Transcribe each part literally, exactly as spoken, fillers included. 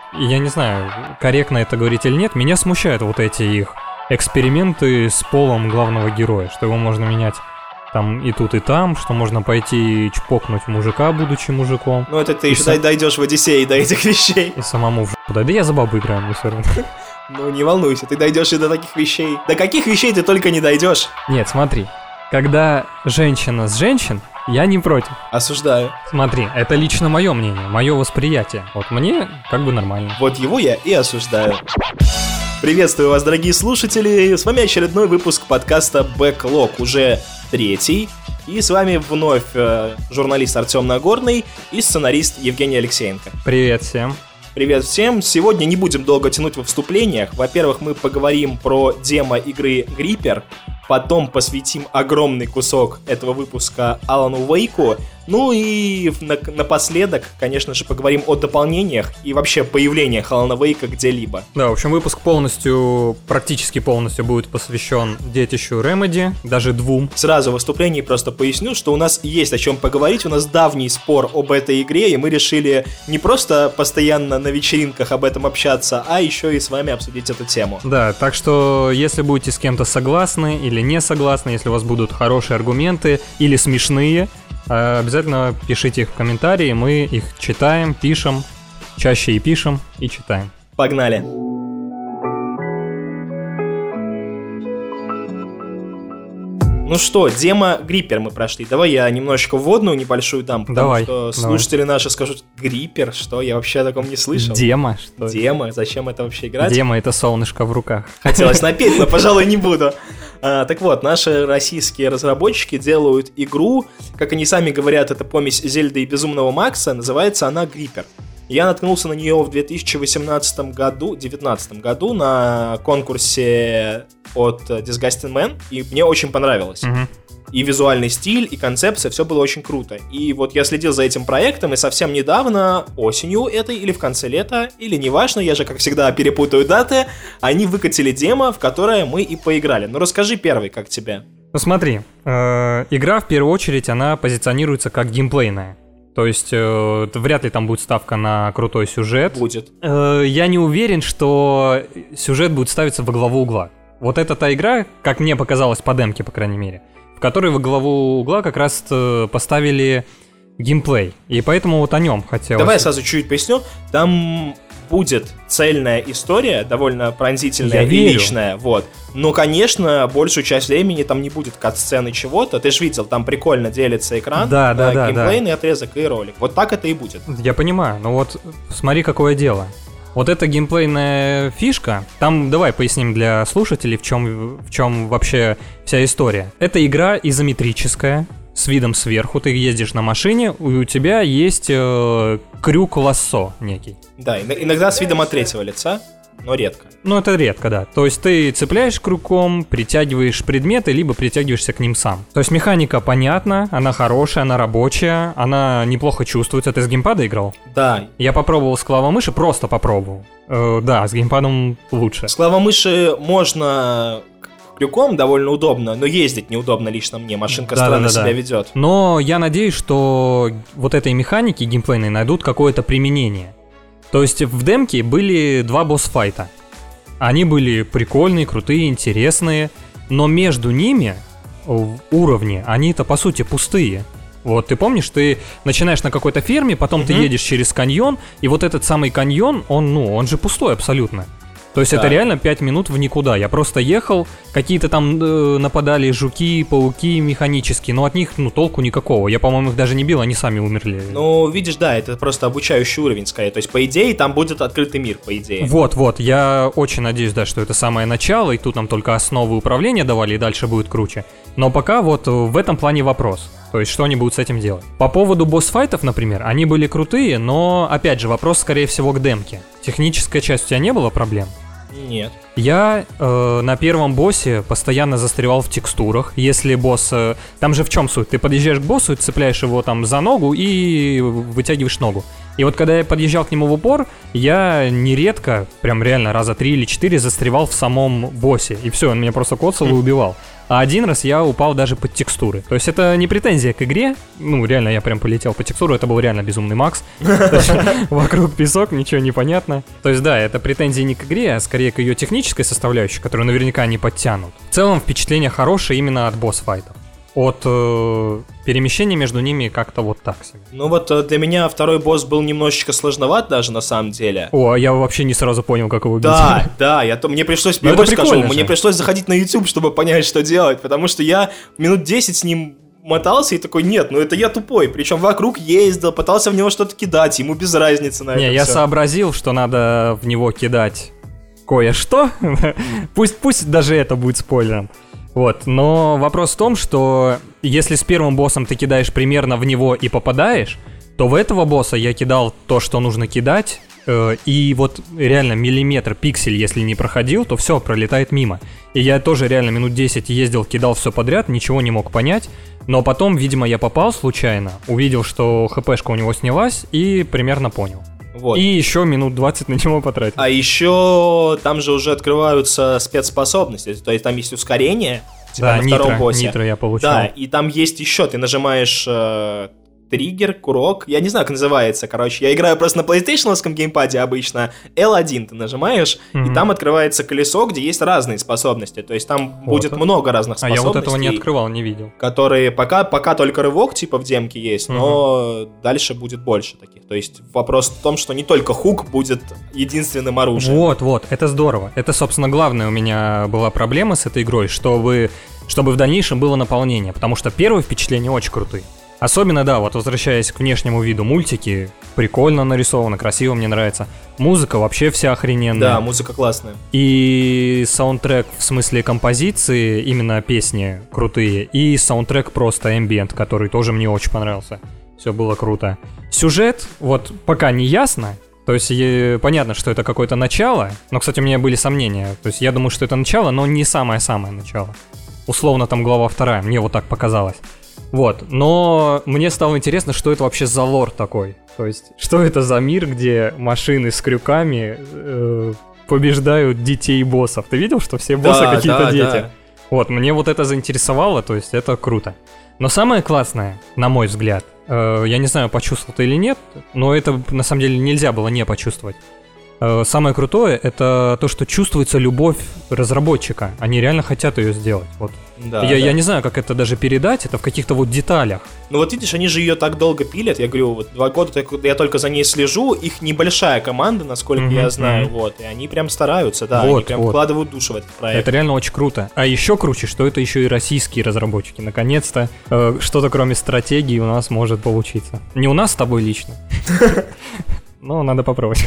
я не знаю, корректно это говорить или нет, меня смущают вот эти их эксперименты с полом главного героя, что его можно менять там и тут, и там, что можно пойти чпокнуть мужика, будучи мужиком. Ну это ты еще сам... дойдешь в Одиссее до этих вещей. И самому в жопу. Да я за бабу играю, мне все равно. Ну не волнуйся, ты дойдешь и до таких вещей. До каких вещей ты только не дойдешь? Нет, смотри, когда женщина с женщин, я не против. Осуждаю. Смотри, это лично мое мнение, мое восприятие. Вот мне как бы нормально. Вот его я и осуждаю. Приветствую вас, дорогие слушатели. С вами очередной выпуск подкаста Backlog, уже третий. И с вами вновь э, журналист Артем Нагорный и сценарист Евгений Алексеенко. Привет всем. Привет всем. Сегодня не будем долго тянуть во вступлениях. Во-первых, мы поговорим про демо игры Gripper. Потом посвятим огромный кусок этого выпуска Алану Вейку. Ну и напоследок, конечно же, поговорим о дополнениях и вообще появлениях Алана Вейка где-либо. Да, в общем, выпуск полностью, практически полностью будет посвящен детищу Remedy, даже двум. Сразу в выступлении просто поясню, что у нас есть о чем поговорить. У нас давний спор об этой игре, и мы решили не просто постоянно на вечеринках об этом общаться, а еще и с вами обсудить эту тему. Да, так что если будете с кем-то согласны или не согласны, если у вас будут хорошие аргументы или смешные, обязательно пишите их в комментарии, мы их читаем, пишем, чаще и пишем, и читаем. Погнали! Ну что, демо Gripper мы прошли. Давай я немножечко вводную небольшую дам, потому давай, что слушатели давай. Наши скажут: Gripper, что? Я вообще о таком не слышал. Демо, что? Демо, зачем это вообще играть? Демо — это солнышко в руках. Хотелось напеть, но, пожалуй, не буду. А, так вот, наши российские разработчики делают игру, как они сами говорят, это помесь Зельды и Безумного Макса, называется она Gripper. Я наткнулся на нее в две тысячи восемнадцатом году, две тысячи девятнадцатом году на конкурсе от Disgusting Man, и мне очень понравилось. Угу. И визуальный стиль, и концепция, все было очень круто. И вот я следил за этим проектом, и совсем недавно, осенью этой, или в конце лета, или неважно, я же, как всегда, перепутаю даты, они выкатили демо, в которое мы и поиграли. Ну расскажи первый, как тебе? Ну смотри, э, игра в первую очередь, она позиционируется как геймплейная. То есть э, вряд ли там будет ставка на крутой сюжет. Будет. Э, я не уверен, что сюжет будет ставиться во главу угла. Вот это та игра, как мне показалось по демке, по крайней мере, в которой во главу угла как раз поставили геймплей. И поэтому вот о нем хотелось. Давай я сразу чуть-чуть поясню. Там будет цельная история, довольно пронзительная я и верю. личная. Вот. Но, конечно, большую часть времени там не будет кат-сцены чего-то. Ты же видел, там прикольно делится экран да, на да, да, геймплейный да. отрезок и ролик. Вот так это и будет. Я понимаю, но вот смотри, какое дело. Вот эта геймплейная фишка, там давай поясним для слушателей, в чем, в чем вообще вся история. Это игра изометрическая, с видом сверху, ты ездишь на машине, у тебя есть э, крюк-лассо некий. Да, иногда с видом от третьего лица, но редко. Ну, это редко, да. То есть ты цепляешь крюком, притягиваешь предметы, либо притягиваешься к ним сам. То есть механика понятна, она хорошая, она рабочая, она неплохо чувствуется. Ты с геймпада играл? Да. Я попробовал с клавомыши, просто попробовал. Э, да, с геймпадом лучше. С клавомыши можно крюком довольно удобно, но ездить неудобно лично мне. Машинка да, странно да, да, себя да. ведет. Но я надеюсь, что вот этой механики геймплейной найдут какое-то применение. То есть в демке были два босс-файта. Они были прикольные, крутые, интересные, но между ними уровни, они-то по сути пустые. Вот ты помнишь, ты начинаешь на какой-то ферме, потом mm-hmm. ты едешь через каньон, и вот этот самый каньон, он, ну, он же пустой абсолютно. То есть да. это реально пять минут в никуда. Я просто ехал, какие-то там э, нападали жуки, пауки механические, но от них, ну, толку никакого. Я, по-моему, их даже не бил, они сами умерли. Ну, видишь, да, это просто обучающий уровень, скорее. То есть, по идее, там будет открытый мир, по идее. Вот-вот, я очень надеюсь, да, что это самое начало, и тут нам только основы управления давали, и дальше будет круче. Но пока вот в этом плане вопрос. То есть, что они будут с этим делать? По поводу босс-файтов, например, они были крутые, но, опять же, вопрос, скорее всего, к демке. Техническая часть у тебя не было проблем? Нет. Я э, на первом боссе постоянно застревал в текстурах. Если босс... Э, там же в чем суть? Ты подъезжаешь к боссу, цепляешь его там за ногу и вытягиваешь ногу. И вот когда я подъезжал к нему в упор, я нередко, прям реально раза три или четыре застревал в самом боссе. И все, он меня просто коцал и убивал. А один раз я упал даже под текстуры. То есть это не претензия к игре. Ну, реально, я прям полетел по текстуру. Это был реально безумный Макс. Вокруг песок, ничего не понятно. То есть да, это претензии не к игре, а скорее к ее технической составляющей, которую наверняка не подтянут. В целом впечатление хорошее именно от босс-файтов. От э, перемещения между ними как-то вот так себе. Ну вот для меня второй босс был немножечко сложноват даже на самом деле. О, я вообще не сразу понял, как его убить. Да, да, я то, мне пришлось, я больше скажу, мне пришлось заходить на YouTube, чтобы понять, что делать, потому что я минут десять с ним мотался и такой, нет, ну это я тупой, причем вокруг ездил, пытался в него что-то кидать, ему без разницы на это. Не, я все. сообразил, что надо в него кидать кое-что, пусть, пусть даже это будет спойлером. Вот, но вопрос в том, что если с первым боссом ты кидаешь примерно в него и попадаешь, то в этого босса я кидал то, что нужно кидать, э, и вот реально миллиметр, пиксель, если не проходил, то все, пролетает мимо. И я тоже реально минут десять ездил, кидал все подряд, ничего не мог понять, но потом, видимо, я попал случайно, увидел, что хпшка у него снялась и примерно понял. Вот. И еще минут двадцать на него потратил. А еще там же уже открываются спецспособности. То есть там есть ускорение, типа да, на нитро, втором боссе. Нитро я получил. Да, и там есть еще, ты нажимаешь э, триггер, курок, я не знаю, как называется, короче. Я играю просто на PlayStation-овском геймпаде обычно. эл один ты нажимаешь, mm-hmm. и там открывается колесо, где есть разные способности. То есть там вот. будет много разных способностей. А я вот этого не открывал, не видел. Которые пока, пока только рывок типа в демке есть, mm-hmm. но дальше будет больше таких. То есть вопрос в том, что не только хук будет единственным оружием. Вот, вот, это здорово. Это, собственно, главная у меня была проблема с этой игрой, чтобы, чтобы в дальнейшем было наполнение. Потому что первые впечатления очень крутые. Особенно, да, вот возвращаясь к внешнему виду, мультики прикольно нарисовано, красиво, мне нравится. Музыка вообще вся охрененная. Да, музыка классная. И саундтрек в смысле композиции, именно песни крутые, и саундтрек просто ambient, который тоже мне очень понравился. Все было круто. Сюжет, вот пока не ясно. То есть е- понятно, что это какое-то начало, но, кстати, у меня были сомнения. То есть я думаю, что это начало, но не самое-самое начало. Условно там глава вторая, мне вот так показалось. Вот, но мне стало интересно, что это вообще за лор такой. То есть, что это за мир, где машины с крюками э, побеждают детей боссов. Ты видел, что все боссы да, какие-то да, дети? Да. Вот, мне вот это заинтересовало, то есть это круто. Но самое классное, на мой взгляд, э, я не знаю, почувствовал ты или нет, но это на самом деле нельзя было не почувствовать. Э, самое крутое — это то, что чувствуется любовь разработчика. Они реально хотят ее сделать. Вот. Да, я, да. я не знаю, как это даже передать, это в каких-то вот деталях. Ну вот видишь, они же ее так долго пилят, я говорю, вот два года я только за ней слежу, их небольшая команда, насколько mm-hmm, я знаю, mm-hmm. вот, и они прям стараются, да, вот, они прям вот. вкладывают душу в этот проект. Это реально очень круто. А еще круче, что это еще и российские разработчики. Наконец-то э, что-то кроме стратегии у нас может получиться. Не у нас с тобой лично, но надо попробовать.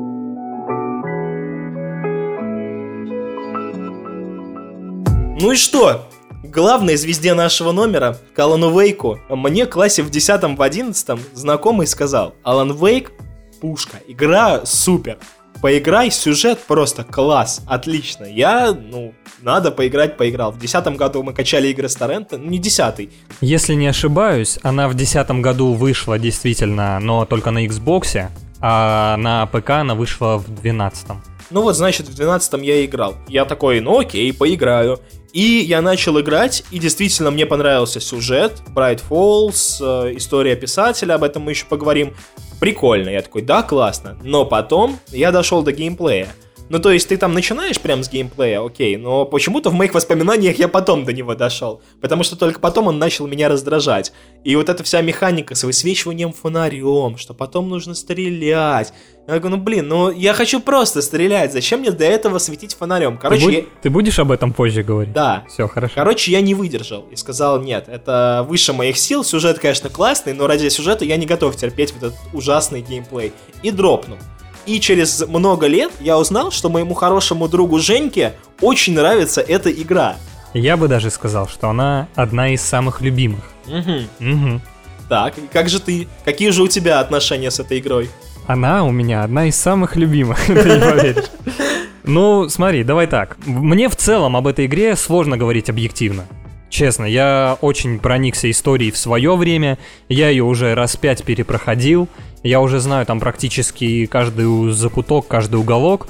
Ну и что? Главной звезде нашего номера, к Алану Вейку, мне в классе в десятом, в одиннадцатом знакомый сказал: Алан Вейк — пушка, игра супер, поиграй, сюжет просто класс, отлично. Я, ну, надо поиграть, поиграл. В десятом году мы качали игры с торрента, ну не десятый. Если не ошибаюсь, она в десятом году вышла действительно, но только на Xbox, а на ПК она вышла в двенадцатом. Ну вот, значит, в двенадцатом я играл. Я такой, ну окей, поиграю. И я начал играть, и действительно мне понравился сюжет, Bright Falls, э, история писателя, об этом мы еще поговорим. Прикольно, я такой, да, классно. Но потом я дошел до геймплея. Ну, то есть ты там начинаешь прям с геймплея, окей, но почему-то в моих воспоминаниях я потом до него дошел, потому что только потом он начал меня раздражать. И вот эта вся механика с высвечиванием фонарем, что потом нужно стрелять. Я говорю, ну блин, ну я хочу просто стрелять, зачем мне до этого светить фонарем? Короче, ты, я... будь, ты будешь об этом позже говорить? Да. Все, хорошо. Короче, я не выдержал и сказал, нет, это выше моих сил, сюжет, конечно, классный, но ради сюжета я не готов терпеть вот этот ужасный геймплей. И дропнул. И через много лет я узнал, что моему хорошему другу Женьке очень нравится эта игра. Я бы даже сказал, что она одна из самых любимых. Угу. Угу. Так, и как же ты? Какие же у тебя отношения с этой игрой? Она у меня одна из самых любимых, ты не поверишь. Ну, смотри, давай так. Мне в целом об этой игре сложно говорить объективно. Честно, я очень проникся историей в свое время, я ее уже раз пять перепроходил, Я уже знаю там практически каждый закуток, каждый уголок.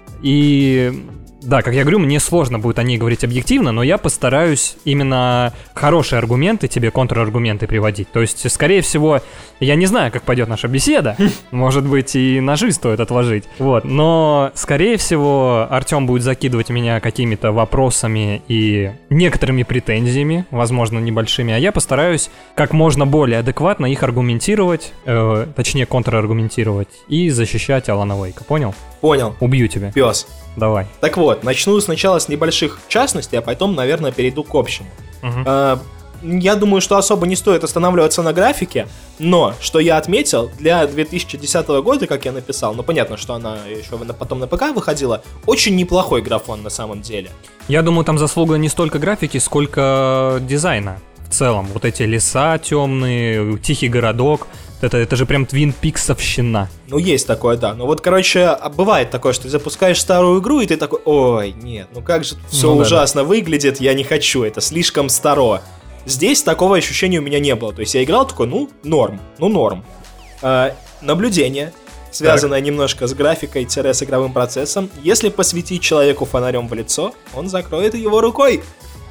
И да, как я говорю, мне сложно будет о ней говорить объективно, но я постараюсь именно хорошие аргументы тебе, контраргументы приводить. То есть, скорее всего, я не знаю, как пойдет наша беседа. Может быть, и ножи стоит отложить. Вот. Но, скорее всего, Артем будет закидывать меня какими-то вопросами и некоторыми претензиями, возможно, небольшими, а я постараюсь как можно более адекватно их аргументировать, э, точнее, контраргументировать и защищать Алана Уэйка. Понял? Понял. Убью тебя. Пес. Давай. Так вот, начну сначала с небольших частностей, а потом, наверное, перейду к общему. Угу. А, я думаю, что особо не стоит останавливаться на графике, но, что я отметил, для две тысячи десятого года, как я написал, ну, понятно, что она еще потом на ПК выходила, очень неплохой графон на самом деле. Я думаю, там заслуга не столько графики, сколько дизайна в целом. Вот эти леса темные, тихий городок. Это, это же прям Твин Пиксовщина. Ну, есть такое, да. Ну, вот, короче, бывает такое, что ты запускаешь старую игру, и ты такой, ой, нет, ну как же все ну, ужасно да, да. выглядит, я не хочу, это слишком старо. Здесь такого ощущения у меня не было. То есть я играл такой, ну, норм, ну, норм. А, наблюдение, связанное так. немножко с графикой-с игровым процессом. Если посветить человеку фонарем в лицо, он закроет его рукой.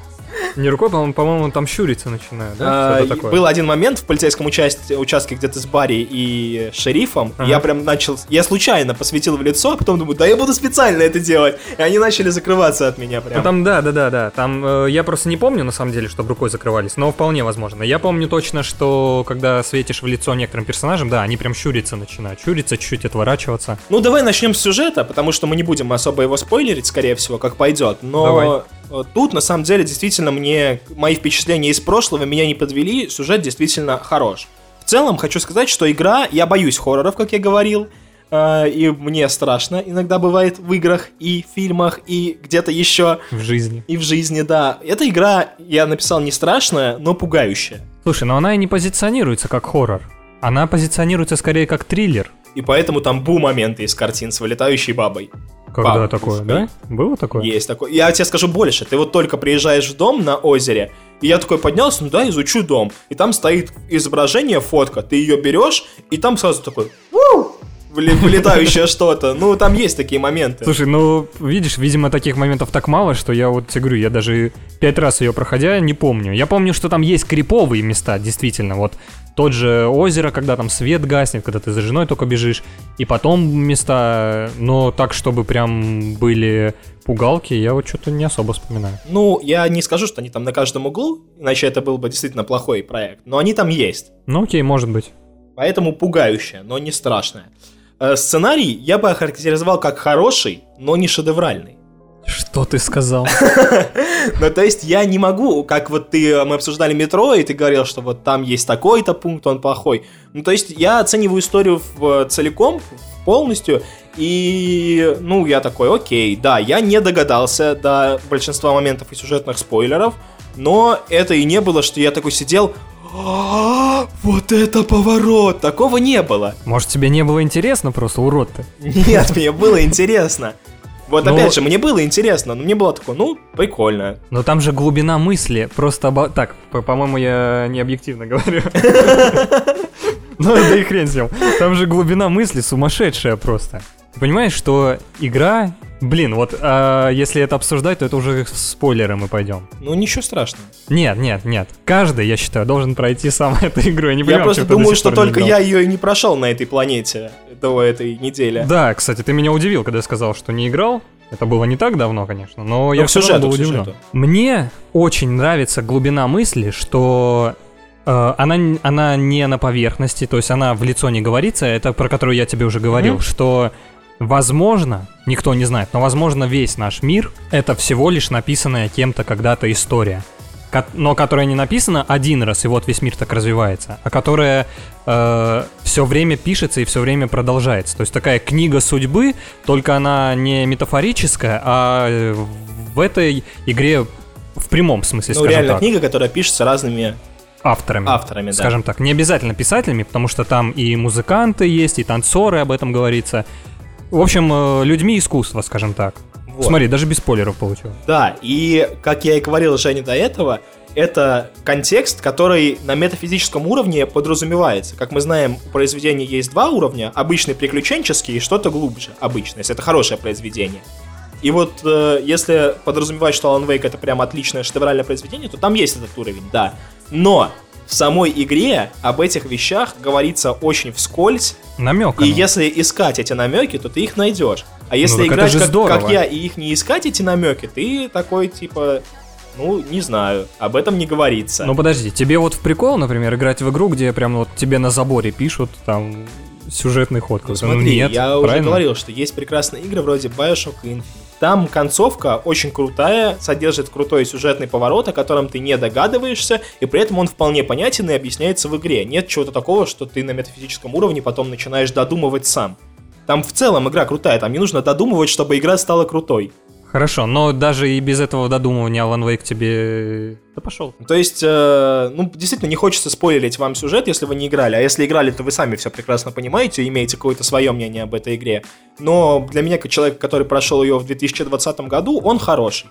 Не рукой, по-моему, по-моему, там щуриться начинают, да? А, был один момент в полицейском участке, участке, где ты с Барри и шерифом. Ага. Я прям начал... Я случайно посветил в лицо, а потом думаю, да я буду специально это делать. И они начали закрываться от меня прям. Ну там, да, да, да, да. Там э, я просто не помню, на самом деле, чтобы рукой закрывались, но вполне возможно. Я помню точно, что когда светишь в лицо некоторым персонажам, да, они прям щуриться начинают. Щуриться, чуть-чуть отворачиваться. Ну давай начнем с сюжета, потому что мы не будем особо его спойлерить, скорее всего, как пойдет. Но... Давай. Тут, на самом деле, действительно, мне мои впечатления из прошлого меня не подвели, сюжет действительно хорош. В целом, хочу сказать, что игра, я боюсь хорроров, как я говорил, э, и мне страшно иногда бывает в играх и фильмах, и где-то еще. В жизни. И в жизни, да. Эта игра, я написал, не страшная, но пугающая. Слушай, но она и не позиционируется как хоррор. Она позиционируется скорее как триллер. И поэтому там бу-моменты из картин с вылетающей бабой. Когда Бабушкой. Такое, да? Было такое? Есть такое. Я тебе скажу больше. Ты вот только приезжаешь в дом на озере, и я такой поднялся, ну да, изучу дом. И там стоит изображение, фотка. Ты ее берешь, и там сразу такой... вылетающее что-то. Ну, там есть такие моменты. Слушай, ну, видишь, видимо, таких моментов так мало, что я вот тебе говорю, я даже пять раз ее проходя не помню. Я помню, что там есть криповые места, действительно, вот тот же озеро, когда там свет гаснет, когда ты за женой только бежишь, и потом места, но так, чтобы прям были пугалки, я вот что-то не особо вспоминаю. Ну, я не скажу, что они там на каждом углу, иначе это был бы действительно плохой проект, но они там есть. Ну, окей, может быть. Поэтому пугающее, но не страшное. Сценарий я бы охарактеризовал как хороший, но не шедевральный. Что ты сказал? Ну, то есть я не могу, как вот ты, мы обсуждали метро, и ты говорил, что вот там есть такой-то пункт, он плохой. Ну, то есть я оцениваю историю в, целиком, полностью, и, ну, я такой, окей, да, я не догадался до большинства моментов и сюжетных спойлеров, но это и не было, что я такой сидел... Вот это поворот! Такого не было. Может, тебе не было интересно просто, урод ты? Нет, мне было интересно. Вот но... опять же, мне было интересно, но мне было такое, ну, прикольно. Но там же глубина мысли просто... Обо... Так, по-моему, я не объективно говорю. Ну, да и хрен с ним. Там же глубина мысли сумасшедшая просто. Понимаешь, что игра... Блин, вот а, если это обсуждать, то это уже спойлеры мы пойдем. Ну, ничего страшного. Нет, нет, нет. Каждый, я считаю, должен пройти сам эту игру. Я, не понимаю, я просто думаю, что только я ее и не прошел на этой планете до этой недели. Да, кстати, ты меня удивил, когда я сказал, что не играл. Это было не так давно, конечно, но, но я все равно был удивлен. Мне очень нравится глубина мысли, что э, она, она не на поверхности, то есть она в лицо не говорится, это про которую я тебе уже говорил, mm-hmm. что... Возможно, никто не знает, но возможно весь наш мир — это всего лишь написанная кем-то когда-то история, но которая не написана один раз, и вот весь мир так развивается, а которая э, все время пишется и все время продолжается. То есть такая книга судьбы, только она не метафорическая, а в этой игре в прямом смысле, ну, скажем реально так. Книга, которая пишется разными... Авторами, Авторами, да. Скажем так, не обязательно писателями, потому что там и музыканты есть, и танцоры, об этом говорится. В общем, людьми искусства, скажем так. Вот. Смотри, даже без спойлеров получилось. Да, и как я и говорил Жене до этого, это контекст, который на метафизическом уровне подразумевается. Как мы знаем, у произведения есть два уровня: обычный приключенческий и что-то глубже, обычно, если это хорошее произведение. И вот э, если подразумевать, что Alan Wake это прям отличное шедевральное произведение, то там есть этот уровень, да. Но в самой игре об этих вещах говорится очень вскользь. Намеками. И если искать эти намеки, то ты их найдешь. А если ну, играть как, как я и их не искать, эти намеки, ты такой типа... Ну, не знаю, об этом не говорится. Ну подожди, тебе вот в прикол, например, играть в игру, где прям вот тебе на заборе пишут там сюжетный ход. Ну смотри, ну, нет, я правильно? уже говорил, что есть прекрасные игры вроде Bioshock Infinite. Там концовка очень крутая, содержит крутой сюжетный поворот, о котором ты не догадываешься, и при этом он вполне понятен и объясняется в игре. Нет чего-то такого, что ты на метафизическом уровне потом начинаешь додумывать сам. Там в целом игра крутая, там не нужно додумывать, чтобы игра стала крутой. Хорошо, но даже и без этого додумывания Alan Wake тебе... Да пошел. То есть, э, ну, действительно, не хочется спойлерить вам сюжет, если вы не играли. А если играли, то вы сами все прекрасно понимаете, имеете какое-то свое мнение об этой игре. Но для меня, как человека, который прошел ее в две тысячи двадцатом году, он хороший.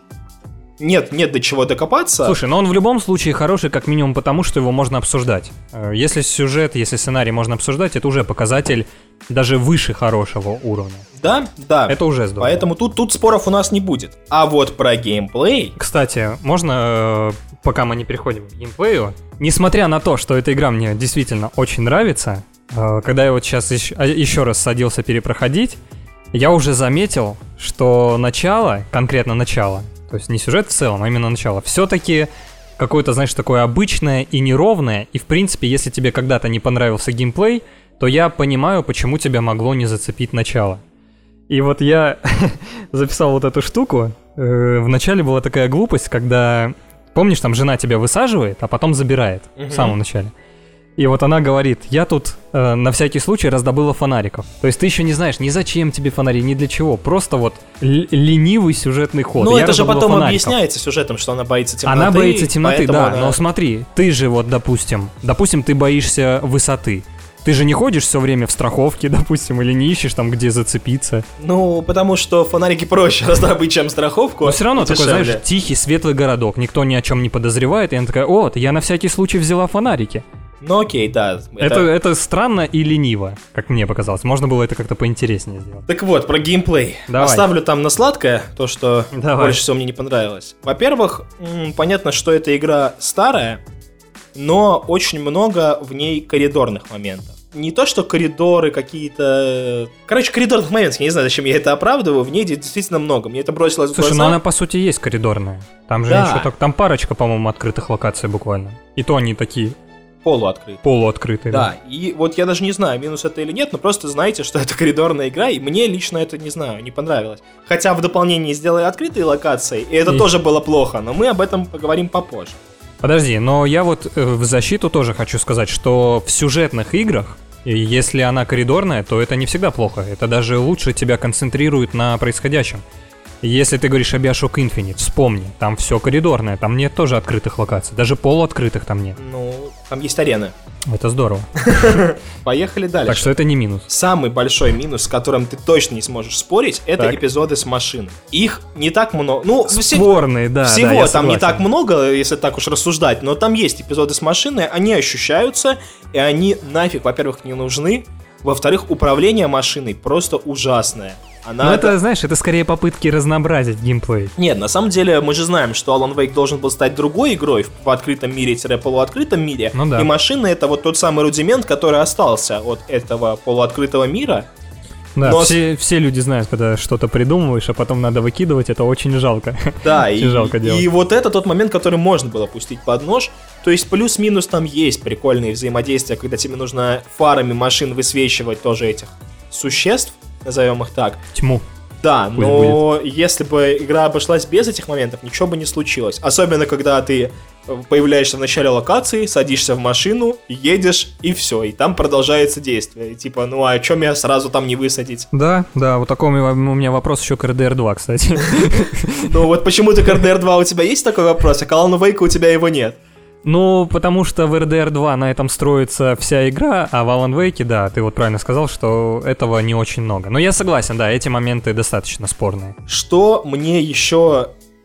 Нет, нет до чего докопаться. Слушай, но он в любом случае хороший, как минимум потому, что его можно обсуждать. Если сюжет, если сценарий можно обсуждать, это уже показатель даже выше хорошего уровня. Да, да. Это уже здорово. Поэтому тут, тут споров у нас не будет. А вот про геймплей... Кстати, можно, пока мы не переходим к геймплею, несмотря на то, что эта игра мне действительно очень нравится, когда я вот сейчас еще раз садился перепроходить, я уже заметил, что начало, конкретно начало, то есть не сюжет в целом, а именно начало, все-таки какое-то, знаешь, такое обычное и неровное, и в принципе, если тебе когда-то не понравился геймплей, то я понимаю, почему тебя могло не зацепить начало. И вот я записал вот эту штуку. Вначале была такая глупость, когда, помнишь, там жена тебя высаживает, а потом забирает uh-huh. в самом начале. И вот она говорит, я тут э, на всякий случай раздобыла фонариков. То есть ты еще не знаешь, ни зачем тебе фонари, ни для чего. Просто вот л- ленивый сюжетный ход. Ну я это же потом фонариков. Объясняется сюжетом, что она боится темноты. Она боится темноты, да. Она... Но смотри, ты же вот, допустим, допустим, ты боишься высоты. Ты же не ходишь все время в страховке, допустим, или не ищешь там, где зацепиться. Ну, потому что фонарики проще раздобыть, чем страховку. Но все равно такой, дешевле. знаешь, тихий, светлый городок. Никто ни о чем не подозревает. И она такая, о, я на всякий случай взяла фонарики. Ну окей, да. Это... Это, это странно и лениво, как мне показалось. Можно было это как-то поинтереснее сделать. Так вот, про геймплей. Давай. Оставлю там на сладкое, то, что Давай. больше всего мне не понравилось. Во-первых, м- понятно, что эта игра старая, но очень много в ней коридорных моментов. Не то, что коридоры какие-то... Короче, коридорных моментов, я не знаю, зачем я это оправдываю, в ней действительно много. Мне это бросилось в глаза. Слушай, ну она по сути есть коридорная. Там же да. ничего так... Там парочка, по-моему, открытых локаций буквально. И то они такие... Полуоткрытые. Полуоткрытые, да. Да, и вот я даже не знаю, минус это или нет, но просто знаете, что это коридорная игра, и мне лично это, не знаю, не понравилось. Хотя в дополнении сделали открытые локации, и это и... тоже было плохо, но мы об этом поговорим попозже. Подожди, но я вот э, в защиту тоже хочу сказать, что в сюжетных играх, если она коридорная, то это не всегда плохо. Это даже лучше тебя концентрирует на происходящем. Если ты говоришь о Bioshock Infinite, вспомни, там все коридорное, там нет тоже открытых локаций, даже полуоткрытых там нет. Ну, там есть арены. Это здорово. Поехали дальше. Так что это не минус. Самый большой минус, с которым ты точно не сможешь спорить, это так. эпизоды с машиной. Их не так много. Ну, спорные, да. Всего да, там не так много, если так уж рассуждать, но там есть эпизоды с машиной, они ощущаются, и они нафиг, во-первых, не нужны. Во-вторых, управление машиной просто ужасное. Она ну это, это, знаешь, это скорее попытки разнообразить геймплей. Нет, на самом деле мы же знаем, что Alan Wake должен был стать другой игрой в открытом мире-полуоткрытом мире. Ну, да. И машина — это вот тот самый рудимент, который остался от этого полуоткрытого мира. Да, Но... все, все люди знают, когда что-то придумываешь, а потом надо выкидывать, это очень жалко. Да, очень и, жалко делать. И вот это тот момент, который можно было пустить под нож. То есть плюс-минус там есть прикольные взаимодействия, когда тебе нужно фарами машин высвечивать тоже этих существ, назовем их так. Тьму. Да, Пусть но будет. Если бы игра обошлась без этих моментов, ничего бы не случилось. Особенно, когда ты появляешься в начале локации, садишься в машину, едешь, и все, и там продолжается действие. И типа, ну а чё меня сразу там не высадить? Да, да, вот такой у меня вопрос еще к эр дэ эр два, кстати. Ну вот почему-то к эр дэ эр два у тебя есть такой вопрос, а к Alan Wake у тебя его нет. Ну, потому что в эр дэ эр два на этом строится вся игра, а в Alan Wake, да, ты вот правильно сказал, что этого не очень много. Но я согласен, да, эти моменты достаточно спорные. Что мне еще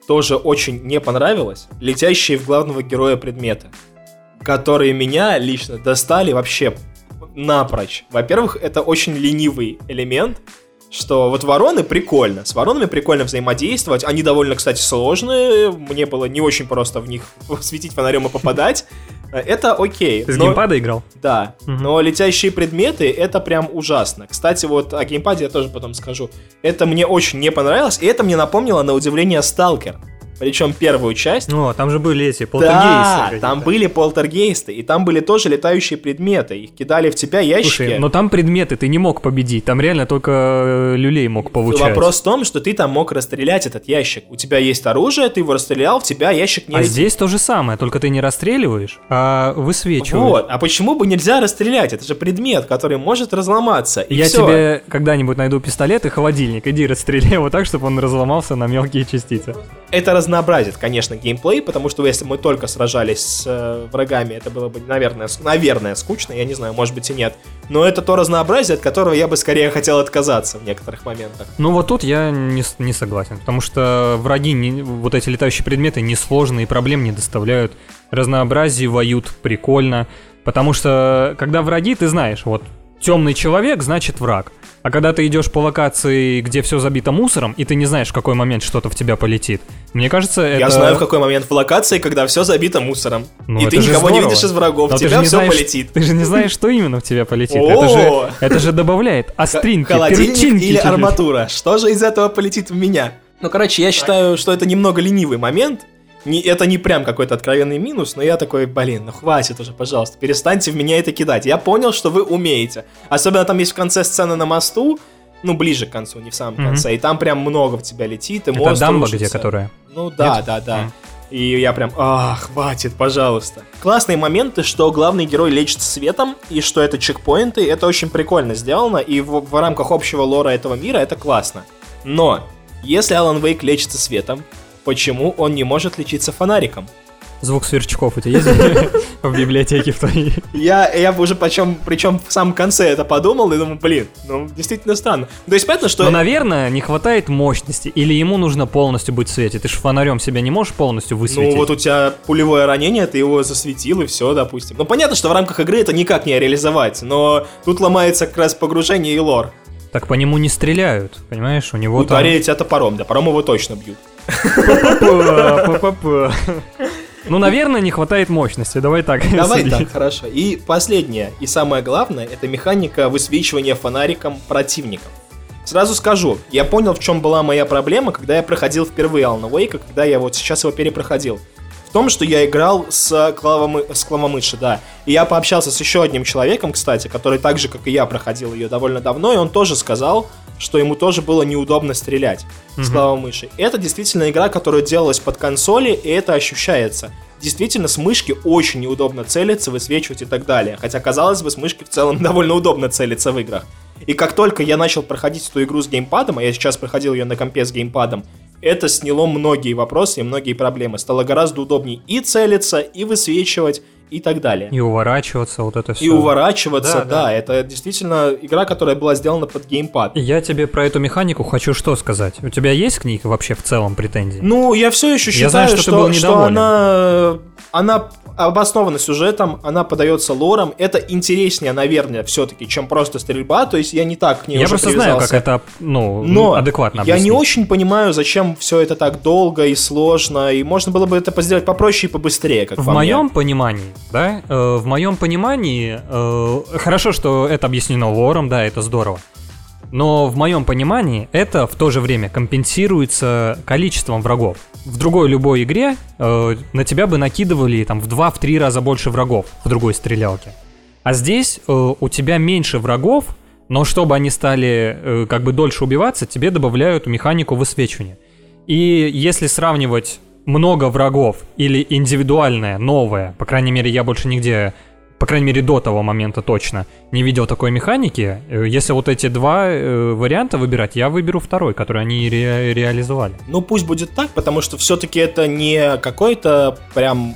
тоже очень не понравилось, летящие в главного героя предметы, которые меня лично достали вообще напрочь. Во-первых, это очень ленивый элемент, что вот вороны прикольно, с воронами прикольно взаимодействовать, они довольно, кстати, сложные, мне было не очень просто в них светить фонарем и попадать, это окей. Ты с но... геймпада играл? Да, угу. Но летящие предметы, это прям ужасно. Кстати, вот о геймпаде я тоже потом скажу. Это мне очень не понравилось, и это мне напомнило, на удивление, Сталкер. Причем первую часть. О, там же были эти полтергейсты. Да, какие-то. Там были полтергейсты, и там были тоже летающие предметы. Их кидали в тебя ящики. Слушай, но там предметы ты не мог победить, там реально только люлей мог получать. Вопрос в том, что ты там мог расстрелять этот ящик. У тебя есть оружие, ты его расстрелял, в тебя ящик не А летит. здесь то же самое, только ты не расстреливаешь, а высвечиваешь. Вот, а почему бы нельзя расстрелять? Это же предмет, который может разломаться, и Я всё. тебе когда-нибудь найду пистолет и холодильник, иди расстреляй его так, чтобы он разломался на мелкие частицы. Это разнообразит, конечно, геймплей, потому что если мы только сражались с э, врагами, это было бы, наверное, ск- наверное, скучно, я не знаю, может быть и нет. Но это то разнообразие, от которого я бы скорее хотел отказаться в некоторых моментах. Ну вот тут я не, с- не согласен, потому что враги, не, вот эти летающие предметы, несложные, проблем не доставляют, разнообразие воют прикольно, потому что когда враги, ты знаешь, вот темный человек, значит враг. А когда ты идешь по локации, где все забито мусором, и ты не знаешь, в какой момент что-то в тебя полетит, мне кажется, это... Я знаю, в какой момент в локации, когда все забито мусором. Ну, и это ты же никого не здорово. видишь из врагов, Но в ты тебя же не все знаешь, полетит. Ты же не знаешь, что именно в тебя полетит. О! Это же, это же добавляет остринки, Холодильник перчинки или чуть-чуть. арматура? Что же из этого полетит в меня? Ну, короче, я считаю, что это немного ленивый момент. Не, это не прям какой-то откровенный минус, но я такой, блин, ну хватит уже, пожалуйста, перестаньте в меня это кидать. Я понял, что вы умеете. Особенно там есть в конце сцены на мосту, ну, ближе к концу, не в самом Мгм. конце, и там прям много в тебя летит, и Это мост дамба, рушится. где которая? Ну да, Нет? да, да. Мгм. И я прям, а, хватит, пожалуйста. Классные моменты, что главный герой лечится светом, и что это чекпоинты, это очень прикольно сделано, и в, в рамках общего лора этого мира это классно. Но, если Алан Вейк лечится светом, почему он не может лечиться фонариком? Звук сверчков у тебя есть в библиотеке в твоей? Я, я уже причем, причем в самом конце это подумал и думаю, блин, ну действительно странно. То есть понятно, что... Но, наверное, не хватает мощности, или ему нужно полностью быть в свете. Ты же фонарем себя не можешь полностью высветить. Ну вот у тебя пулевое ранение, ты его засветил и все, допустим. Ну понятно, что в рамках игры это никак не реализовать, но тут ломается как раз погружение и лор. Так по нему не стреляют, понимаешь? У него Ударили тебя топором, да, топором его точно бьют. там... Ну, наверное, не хватает мощности, давай так. Давай судить. так, хорошо. И последнее, и самое главное, это механика высвечивания фонариком противников. Сразу скажу, я понял, в чем была моя проблема, когда я проходил впервые Алана Уэйка, когда я вот сейчас его перепроходил. В том, что я играл с, клавомы... с клавомыши, да. И я пообщался с еще одним человеком, кстати, который так же, как и я, проходил ее довольно давно, и он тоже сказал, что ему тоже было неудобно стрелять mm-hmm. с клавомыши. Это действительно игра, которая делалась под консоли, и это ощущается. Действительно, с мышки очень неудобно целиться, высвечивать и так далее. Хотя, казалось бы, с мышки в целом довольно удобно целиться в играх. И как только я начал проходить эту игру с геймпадом, а я сейчас проходил ее на компе с геймпадом, это сняло многие вопросы и многие проблемы. Стало гораздо удобнее и целиться, и высвечивать, и так далее. И уворачиваться, вот это все. И уворачиваться, Да, да, да. это действительно игра, которая была сделана под геймпад. Я тебе про эту механику хочу что сказать. У тебя есть к ней вообще в целом претензии? Ну, я все еще считаю, Я знаю, что ты что, был что недоволен. она, она обоснована сюжетом, она подается лором. Это интереснее, наверное, все-таки, чем просто стрельба. То есть я не так к ней Я уже просто знаю, как привязался. это, ну, Но адекватно я объяснить. не очень понимаю, зачем все это так долго и сложно, и можно было бы это сделать попроще и побыстрее, как В по мне. моем понимании, да, э, в моем понимании, э, хорошо, что это объяснено лором, да, это здорово. Но в моем понимании это в то же время компенсируется количеством врагов. В другой любой игре э, на тебя бы накидывали там в два-три раза больше врагов в другой стрелялке. А здесь э, у тебя меньше врагов, но чтобы они стали э, как бы дольше убиваться, тебе добавляют механику высвечивания. И если сравнивать много врагов или индивидуальное, новое, по крайней мере, я больше нигде, по крайней мере, до того момента точно не видел такой механики. Если вот эти два э, варианта выбирать, я выберу второй, который они ре- реализовали. Ну, пусть будет так, потому что все-таки это не какой-то прям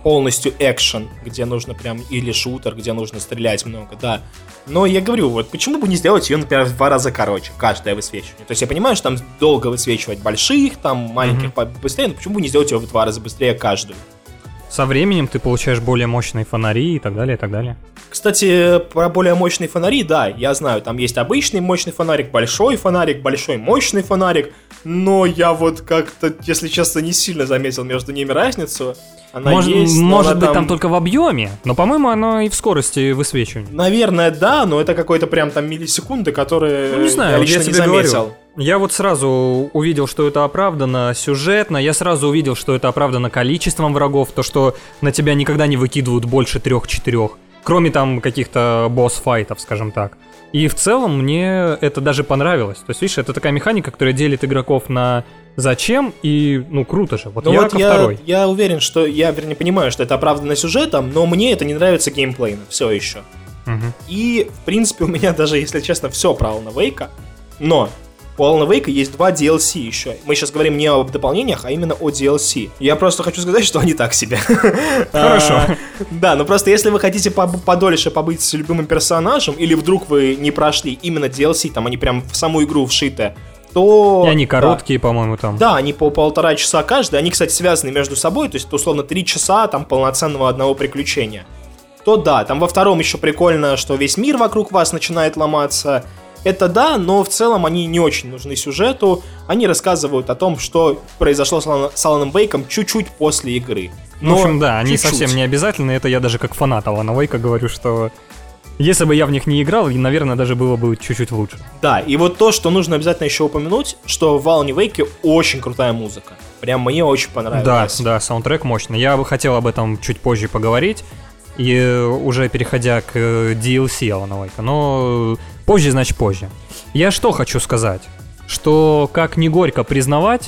полностью экшен, где нужно прям, или шутер, где нужно стрелять много, да. Но я говорю, вот почему бы не сделать ее, например, в два раза короче, каждое высвечивание. То есть я понимаю, что там долго высвечивать больших, там маленьких mm-hmm. быстрее, но почему бы не сделать ее в два раза быстрее каждую? Со временем ты получаешь более мощные фонари и так далее, и так далее. Кстати, про более мощные фонари, да, я знаю, там есть обычный мощный фонарик, большой фонарик, большой мощный фонарик, но я вот как-то, если честно, не сильно заметил между ними разницу. Она может есть, может она быть, там... там только в объеме, но, по-моему, оно и в скорости высвечивания. Наверное, да, но это какой-то прям там миллисекунды, которые ну, не знаю, я лично я не заметил. Говорю. Я вот сразу увидел, что это оправдано сюжетно, я сразу увидел, что это оправдано количеством врагов, то, что на тебя никогда не выкидывают больше трех-четырех, кроме там каких-то босс-файтов, скажем так. И в целом мне это даже понравилось. То есть, видишь, это такая механика, которая делит игроков на зачем и, ну, круто же. Вот ну я вот ко я, второй. Я уверен, что, я, вернее, понимаю, что это оправдано сюжетом, но мне это не нравится геймплейно, все еще. Угу. И, в принципе, у меня даже, если честно, все про Алана Вейка, но у Алана Вейка есть два ди эл си еще. Мы сейчас говорим не об дополнениях, а именно о ди эл си. Я просто хочу сказать, что они так себе. Хорошо. Да, но просто если вы хотите подольше побыть с любимым персонажем, или вдруг вы не прошли именно ди эл си, там они прям в саму игру вшиты, то... И они короткие, да. по-моему, там. Да, они по полтора часа каждый. Они, кстати, связаны между собой. То есть, это, условно, три часа там полноценного одного приключения. То да, там во втором еще прикольно, что весь мир вокруг вас начинает ломаться. Это да, но в целом они не очень нужны сюжету. Они рассказывают о том, что произошло с, Алан, с Аланом Вейком чуть-чуть после игры. Но, в общем, да, они чуть-чуть. совсем не обязательны. Это я даже как фанат Алана Вейка говорю, что... Если бы я в них не играл, наверное, даже было бы чуть-чуть лучше. Да, и вот то, что нужно обязательно еще упомянуть, что в Алане Вейке очень крутая музыка. Прям мне очень понравилось. Да, да, саундтрек мощный. Я бы хотел об этом чуть позже поговорить. И уже переходя к ди эл си Алана Вейка. Но позже, значит, позже. Я что хочу сказать? Что, как не горько признавать,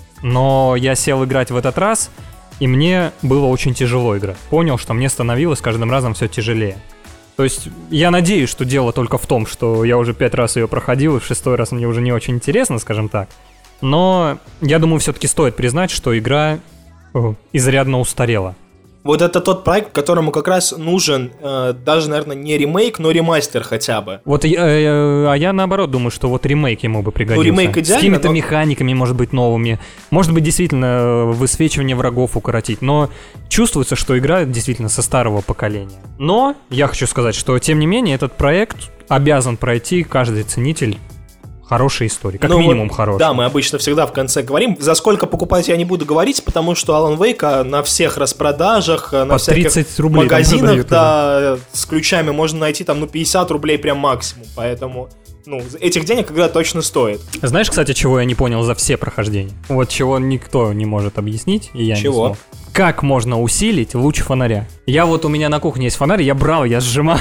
но я сел играть в этот раз, и мне было очень тяжело играть. Понял, что мне становилось с каждым разом все тяжелее. То есть я надеюсь, что дело только в том, что я уже пять раз ее проходил, и в шестой раз мне уже не очень интересно, скажем так. Но я думаю, все-таки стоит признать, что игра э, изрядно устарела. Вот это тот проект, которому как раз нужен э, даже, наверное, не ремейк, но ремастер хотя бы. Вот, э, э, а я наоборот думаю, что вот ремейк ему бы пригодился. Ну, ремейк идеально, с какими-то но... механиками, может быть, новыми. Может быть, действительно, высвечивание врагов укоротить. Но чувствуется, что игра действительно со старого поколения. Но я хочу сказать, что, тем не менее, этот проект обязан пройти каждый ценитель хорошей истории, как ну, минимум вот, хорошей. Да, мы обычно всегда в конце говорим. За сколько покупать я не буду говорить, потому что Алан Вейка на всех распродажах, на по всяких рублей магазинах, да, с ключами можно найти там, ну, пятьдесят рублей прям максимум. Поэтому, ну, этих денег игра точно стоит. Знаешь, кстати, чего я не понял за все прохождения? Вот чего никто не может объяснить, и я чего? не смог. Как можно усилить луч фонаря? Я вот, у меня на кухне есть фонарь, я брал, я сжимал,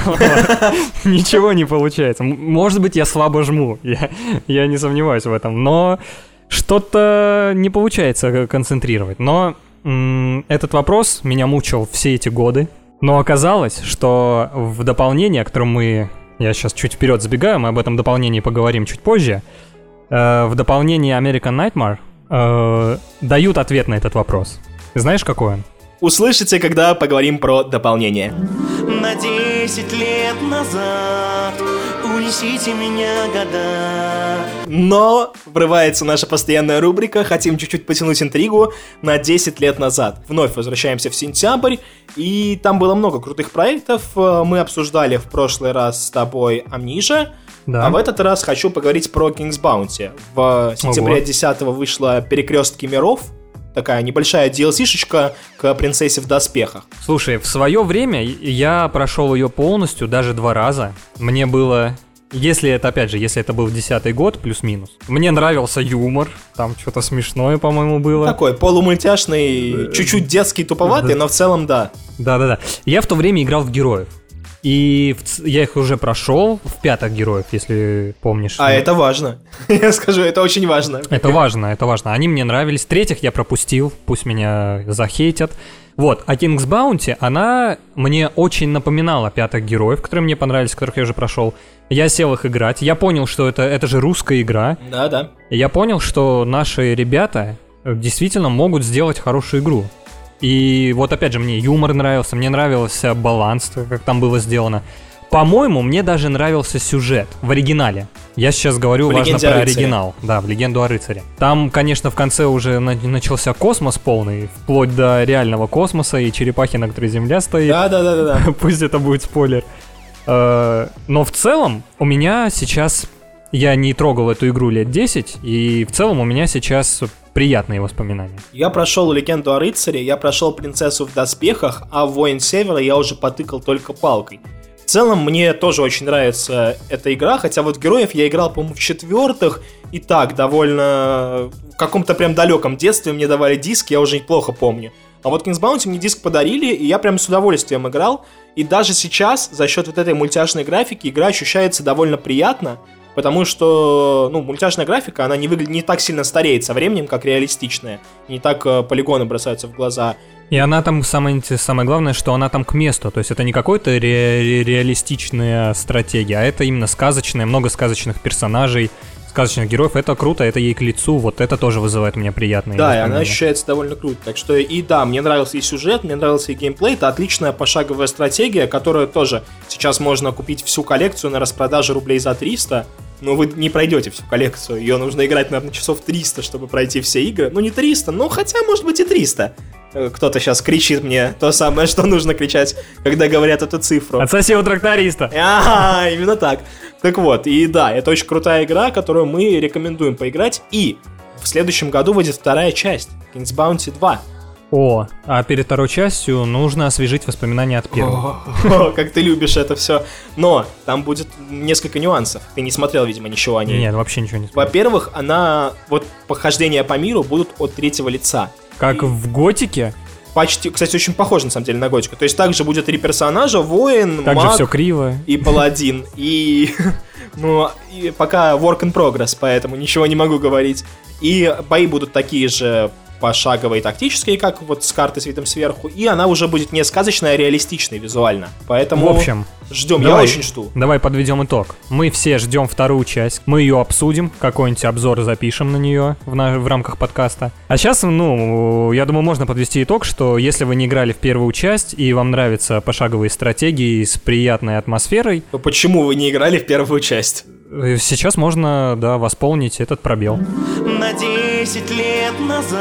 ничего не получается. Может быть, я слабо жму, я не сомневаюсь в этом, но что-то не получается концентрировать. Но этот вопрос меня мучил все эти годы, но оказалось, что в дополнении, о котором мы, я сейчас чуть вперед забегаю, мы об этом дополнении поговорим чуть позже, в дополнении American Nightmare дают ответ на этот вопрос. Знаешь, какой он? Услышите, когда поговорим про дополнение. На десять лет назад унесите меня года. Но врывается наша постоянная рубрика. Хотим чуть-чуть потянуть интригу на десять лет назад. Вновь возвращаемся в сентябрь. И там было много крутых проектов. Мы обсуждали в прошлый раз с тобой Amnesia. Да. А в этот раз хочу поговорить про King's Bounty. В сентябре десятого вышла «Перекрестки миров». Такая небольшая ди эл си-шечка к «Принцессе в доспехах». Слушай, в свое время я прошел ее полностью, даже два раза. Мне было... Если это, опять же, если это был десятый год, плюс-минус. Мне нравился юмор, там что-то смешное, по-моему, было. Такой полумультяшный, чуть-чуть детский, туповатый, но в целом да. Да-да-да. Я в то время играл в героев. И в, я их уже прошел в пятых героев, если помнишь. А, это важно. Я скажу, это очень важно. Это важно, это важно. Они мне нравились. Третьих я пропустил, пусть меня захейтят. Вот, а King's Bounty, она мне очень напоминала пятых героев, которые мне понравились, которых я уже прошел. Я сел их играть. Я понял, что это, это же русская игра. Да-да. Я понял, что наши ребята действительно могут сделать хорошую игру. И вот опять же, мне юмор нравился, мне нравился баланс, как там было сделано. По-моему, мне даже нравился сюжет в оригинале. Я сейчас говорю в важно про оригинал. Да, в «Легенду о рыцаре». Там, конечно, в конце уже на- начался космос полный, вплоть до реального космоса и черепахи, на которой Земля стоит. Да-да-да. Пусть это будет спойлер. Но в целом у меня сейчас... Я не трогал эту игру лет десять, и в целом у меня сейчас приятные воспоминания. Я прошел «Легенду о рыцаре», я прошел «Принцессу в доспехах», а в «Воин Севера» я уже потыкал только палкой. В целом мне тоже очень нравится эта игра, хотя вот героев я играл, по-моему, в четвертых, и так, довольно... В каком-то прям далеком детстве мне давали диск, я уже неплохо помню. А вот King's Bounty мне диск подарили, и я прям с удовольствием играл. И даже сейчас, за счет вот этой мультяшной графики, игра ощущается довольно приятно, потому что, ну, мультяшная графика, она не выглядит, не так сильно стареет со временем, как реалистичная. Не так э, полигоны бросаются в глаза. И она там, самое, самое главное, что она там к месту. То есть это не какой-то ре- ре- реалистичная стратегия, а это именно сказочная, много сказочных персонажей, сказочных героев. Это круто, это ей к лицу. Вот это тоже вызывает у меня приятные Да, и воспоминания. она ощущается довольно круто. Так что и да, мне нравился и сюжет, мне нравился и геймплей. Это отличная пошаговая стратегия, которую тоже сейчас можно купить всю коллекцию на распродаже рублей за триста. Но вы не пройдете всю коллекцию. Ее нужно играть, наверное, часов триста, чтобы пройти все игры. Ну, не триста, но хотя, может быть, и триста. Кто-то сейчас кричит мне то самое, что нужно кричать, когда говорят эту цифру. Отсоси у тракториста. А, именно так. Так вот, и да, это очень крутая игра, которую мы рекомендуем поиграть. И в следующем году выйдет вторая часть, King's Bounty два. О, а перед второй частью нужно освежить воспоминания от первой. О, как ты любишь это все. Но там будет несколько нюансов. Ты не смотрел, видимо, ничего о ней. Нет, вообще ничего не смотрел. Во-первых, она, вот похождения по миру будут от третьего лица. Как И... в Готике? Почти, кстати, очень похоже, на самом деле, на Готику. То есть также будет три персонажа: воин, Также маг все криво. и паладин. И, ну, и пока work in progress, поэтому ничего не могу говорить. И бои будут такие же пошаговые, тактические, как вот с карты с видом сверху. И она уже будет не сказочная, а реалистичная визуально. Поэтому В общем, ждем, давай, я очень жду. Давай подведем итог. Мы все ждем вторую часть. Мы ее обсудим, какой-нибудь обзор запишем на нее в, на, в рамках подкаста. А сейчас, ну, я думаю, можно подвести итог, что если вы не играли в первую часть и вам нравятся пошаговые стратегии с приятной атмосферой, Но почему вы не играли в первую часть? сейчас можно, да, восполнить этот пробел. На десять лет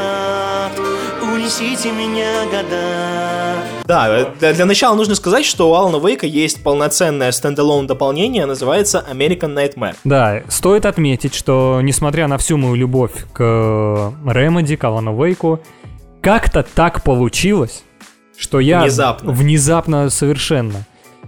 назад унесите меня года. Да, для, для начала нужно сказать, что у Алана Вейка есть полноценное стендалон дополнение, называется American Nightmare. Да, стоит отметить, что несмотря на всю мою любовь к Remedy, к Алану Вейку, как-то так получилось, что я... Внезапно. Внезапно совершенно.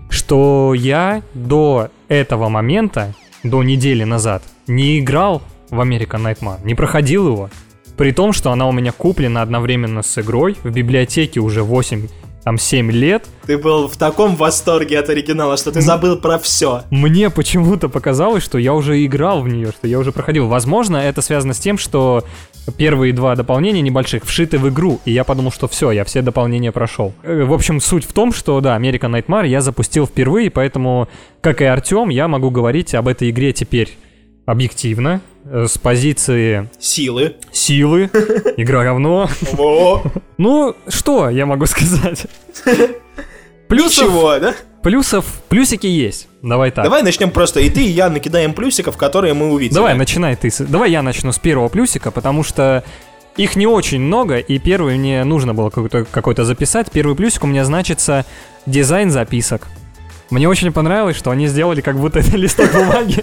Что я до этого момента, до недели назад, не играл в American Nightmare, не проходил его. При том, что она у меня куплена одновременно с игрой в библиотеке уже восемь, там семь лет. Ты был в таком восторге от оригинала, что ты забыл про все. Мне почему-то показалось, что я уже играл в нее, что я уже проходил. Возможно, это связано с тем, что первые два дополнения небольших вшиты в игру, и я подумал, что все, я все дополнения прошел. В общем, суть в том, что, да, American Nightmare я запустил впервые, поэтому, как и Артем, я могу говорить об этой игре теперь объективно, с позиции Силы. силы. Игра говно. Во. Ну, что я могу сказать? Плюсов, Ничего, да? плюсов, плюсики есть. Давай так. Давай начнем просто и ты, и я накидаем плюсиков, которые мы увидим. Давай, начинай ты. с- Давай я начну с первого плюсика, потому что их не очень много, и первый мне нужно было какой-то, какой-то записать. Первый плюсик у меня значится дизайн записок. Мне очень понравилось, что они сделали как будто это листок бумаги.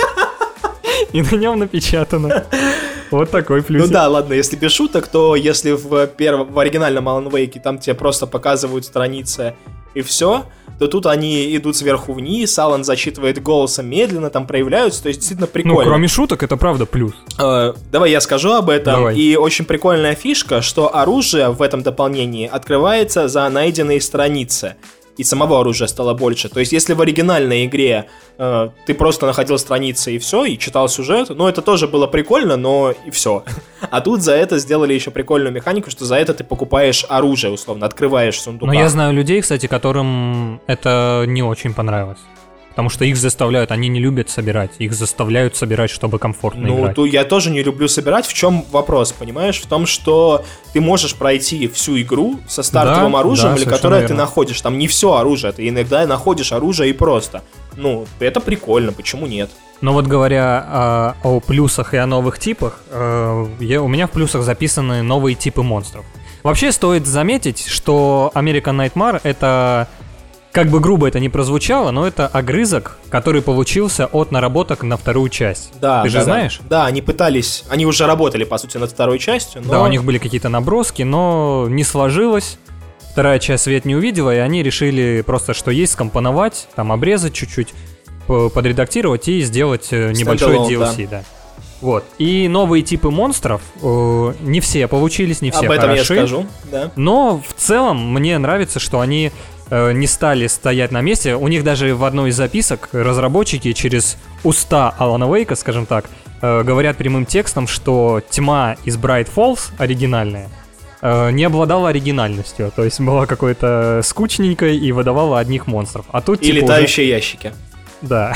И на нем напечатано. Вот такой Ну плюсик. да, ладно, если без шуток, то если в, первом, в оригинальном Alan Wake там тебе просто показывают страницы и все, то тут они идут сверху вниз, Алан зачитывает голосом медленно, там проявляются, то есть действительно Ну, прикольно. кроме шуток, это правда плюс. Э, давай я скажу об этом. Давай. И очень прикольная фишка, что оружие в этом дополнении открывается за найденные страницы. И самого оружия стало больше. То есть, если в оригинальной игре э, ты просто находил страницы и все, и читал сюжет, ну, это тоже было прикольно, но и все. А тут за это сделали еще прикольную механику, что за это ты покупаешь оружие, условно, открываешь сундук. Но я знаю людей, кстати, которым это не очень понравилось. Потому что их заставляют, они не любят собирать, их заставляют собирать, чтобы комфортно ну, играть. Ну, я тоже не люблю собирать. В чем вопрос, понимаешь? В том, что ты можешь пройти всю игру со стартовым да, оружием, да, или которое верно. ты находишь. Там не все оружие, ты иногда находишь оружие и просто. Ну, это прикольно, почему нет? Но вот говоря о, о плюсах и о новых типах, э, я, у меня в плюсах записаны новые типы монстров. Вообще стоит заметить, что American Nightmare — это... Как бы грубо это ни прозвучало, но это огрызок, который получился от наработок на вторую часть. Да, Ты да, же да. знаешь? Да, они пытались, они уже работали, по сути, над второй частью, но... Да, у них были какие-то наброски, но не сложилось. Вторая часть свет не увидела, и они решили просто, что есть, скомпоновать, там обрезать чуть-чуть, подредактировать и сделать небольшой ди эл си, да. да. Вот. И новые типы монстров, э, не все получились, не все Об этом хороши. я скажу, да. Но в целом мне нравится, что они э, не стали стоять на месте. У них даже в одной из записок разработчики через уста Алана Уэйка, скажем так, э, говорят прямым текстом, что тьма из Bright Falls оригинальная э, не обладала оригинальностью. То есть была какой-то скучненькой и выдавала одних монстров. А тут, и типа, летающие уже... ящики. Да.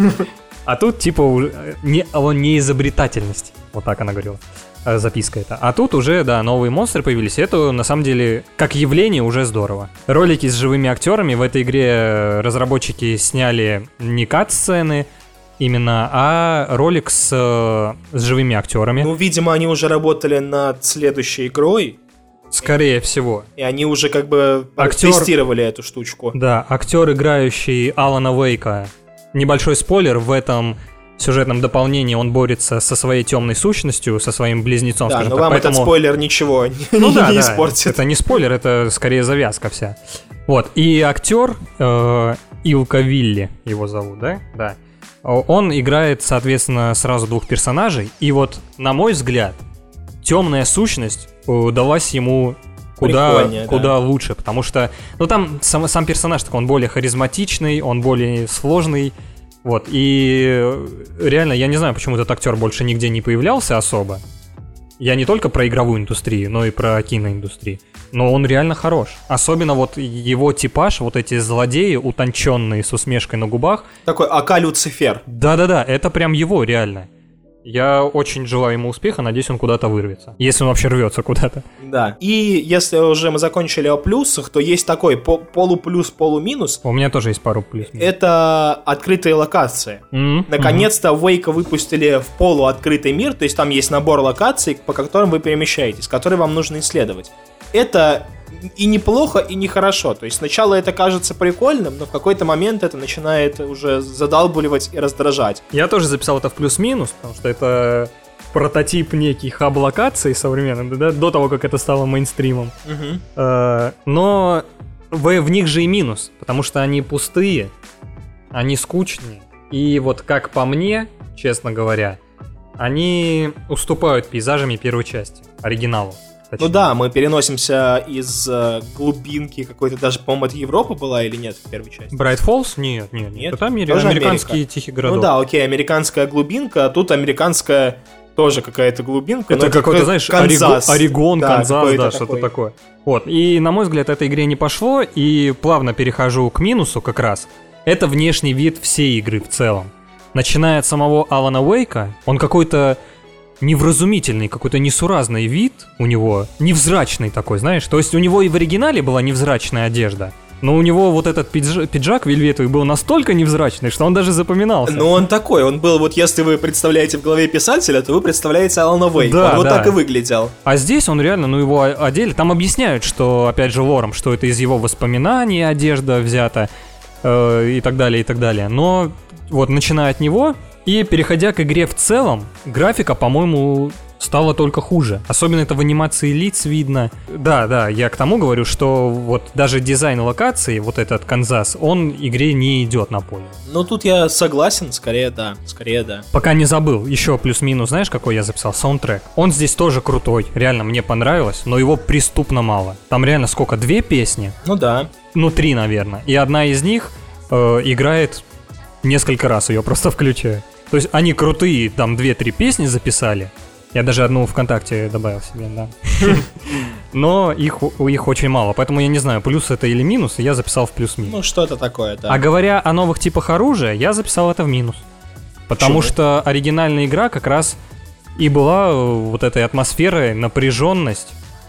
А тут, типа, не, он не изобретательность. Вот так она говорила. Записка это. А тут уже, да, новые монстры появились. И это, на самом деле, как явление уже здорово. Ролики с живыми актерами. В этой игре разработчики сняли не кат-сцены именно, а ролик с, с живыми актерами. Ну, видимо, они уже работали над следующей игрой. Скорее всего. И они уже как бы Актер... тестировали эту штучку. Да, актер, играющий Алана Уэйка. Небольшой спойлер, в этом сюжетном дополнении он борется со своей темной сущностью, со своим близнецом, да, скажем но так. вам Поэтому... этот спойлер ничего не, ну, не, да, не да, испортит. Это не спойлер, это скорее завязка вся. Вот, и актер э, Илка Вилли, его зовут, да? Да. Он играет, соответственно, сразу двух персонажей, и вот, на мой взгляд, темная сущность удалась ему... Куда, куда да. лучше, потому что, ну там сам, сам персонаж такой, он более харизматичный, он более сложный, вот, и реально, я не знаю, почему этот актер больше нигде не появлялся особо. Я не только про игровую индустрию, но и про киноиндустрию, но он реально хорош. Особенно вот его типаж, вот эти злодеи, утонченные, с усмешкой на губах. Такой АК Люцифер. Да-да-да, это прям его реально. Я очень желаю ему успеха, надеюсь, он куда-то вырвется. Если он вообще рвется куда-то. Да. И если уже мы закончили о плюсах, то есть такой по- полуплюс, полуминус. У меня тоже есть пару плюс. Это открытые локации. Mm-hmm. Наконец-то Wake выпустили в полуоткрытый мир, то есть там есть набор локаций, по которым вы перемещаетесь, которые вам нужно исследовать. Это и неплохо, и нехорошо. То есть сначала это кажется прикольным, но в какой-то момент это начинает уже задалбливать и раздражать. Я тоже записал это в плюс-минус, потому что это прототип некий хаб-локации современный, да, до того, как это стало мейнстримом. Угу. Uh, но в, в них же и минус, потому что они пустые, они скучные. И вот как по мне, честно говоря, они уступают пейзажами первой части, оригиналу. Ну да, мы переносимся из э, глубинки какой-то, даже, по-моему, это Европа была или нет в первой части? Bright Falls? Нет, нет, нет. Нет? Это Амери- американский Америка. Тихий городок. Ну да, окей, американская глубинка, а тут американская тоже какая-то глубинка. Это какой-то, знаешь, Канзас. Орегон, да, Канзас, да, такой. что-то такое. Вот, и на мой взгляд, этой игре не пошло, и плавно перехожу к минусу как раз. Это внешний вид всей игры в целом. Начиная от самого Алана Уэйка, он какой-то... невразумительный, какой-то несуразный вид у него, невзрачный такой, знаешь. То есть у него и в оригинале была невзрачная одежда, но у него вот этот пидж- пиджак вельветовый был настолько невзрачный, что он даже запоминался. Ну он такой, он был, вот если вы представляете в голове писателя, то вы представляете Алана Уэйка, да, он вот да. так и выглядел. А здесь он реально, ну его одели, там объясняют, что, опять же, лором, что это из его воспоминаний одежда взята э, и так далее, и так далее. Но вот начиная от него... И переходя к игре в целом, графика, по-моему, стала только хуже. Особенно это в анимации лиц видно. Да, да, я к тому говорю, что вот даже дизайн локации, вот этот Канзас, он игре не идет на пользу. Ну тут я согласен, скорее да, скорее да. Пока не забыл, еще плюс-минус, знаешь, какой я записал? Саундтрек. Он здесь тоже крутой, реально мне понравилось, но его преступно мало. Там реально сколько? Две песни? Ну да. Ну три, наверное. И одна из них э, играет несколько раз, ее просто включаю. То есть они крутые, там две-три песни записали, Я даже одну ВКонтакте добавил себе, да. Но их, их очень мало, поэтому я не знаю, плюс это или минус, и я записал в плюс-минус. Ну, что-то такое, да. А говоря о новых типах оружия, я записал это в минус. Потому Почему? что оригинальная игра как раз и была вот этой атмосферой, напряженность.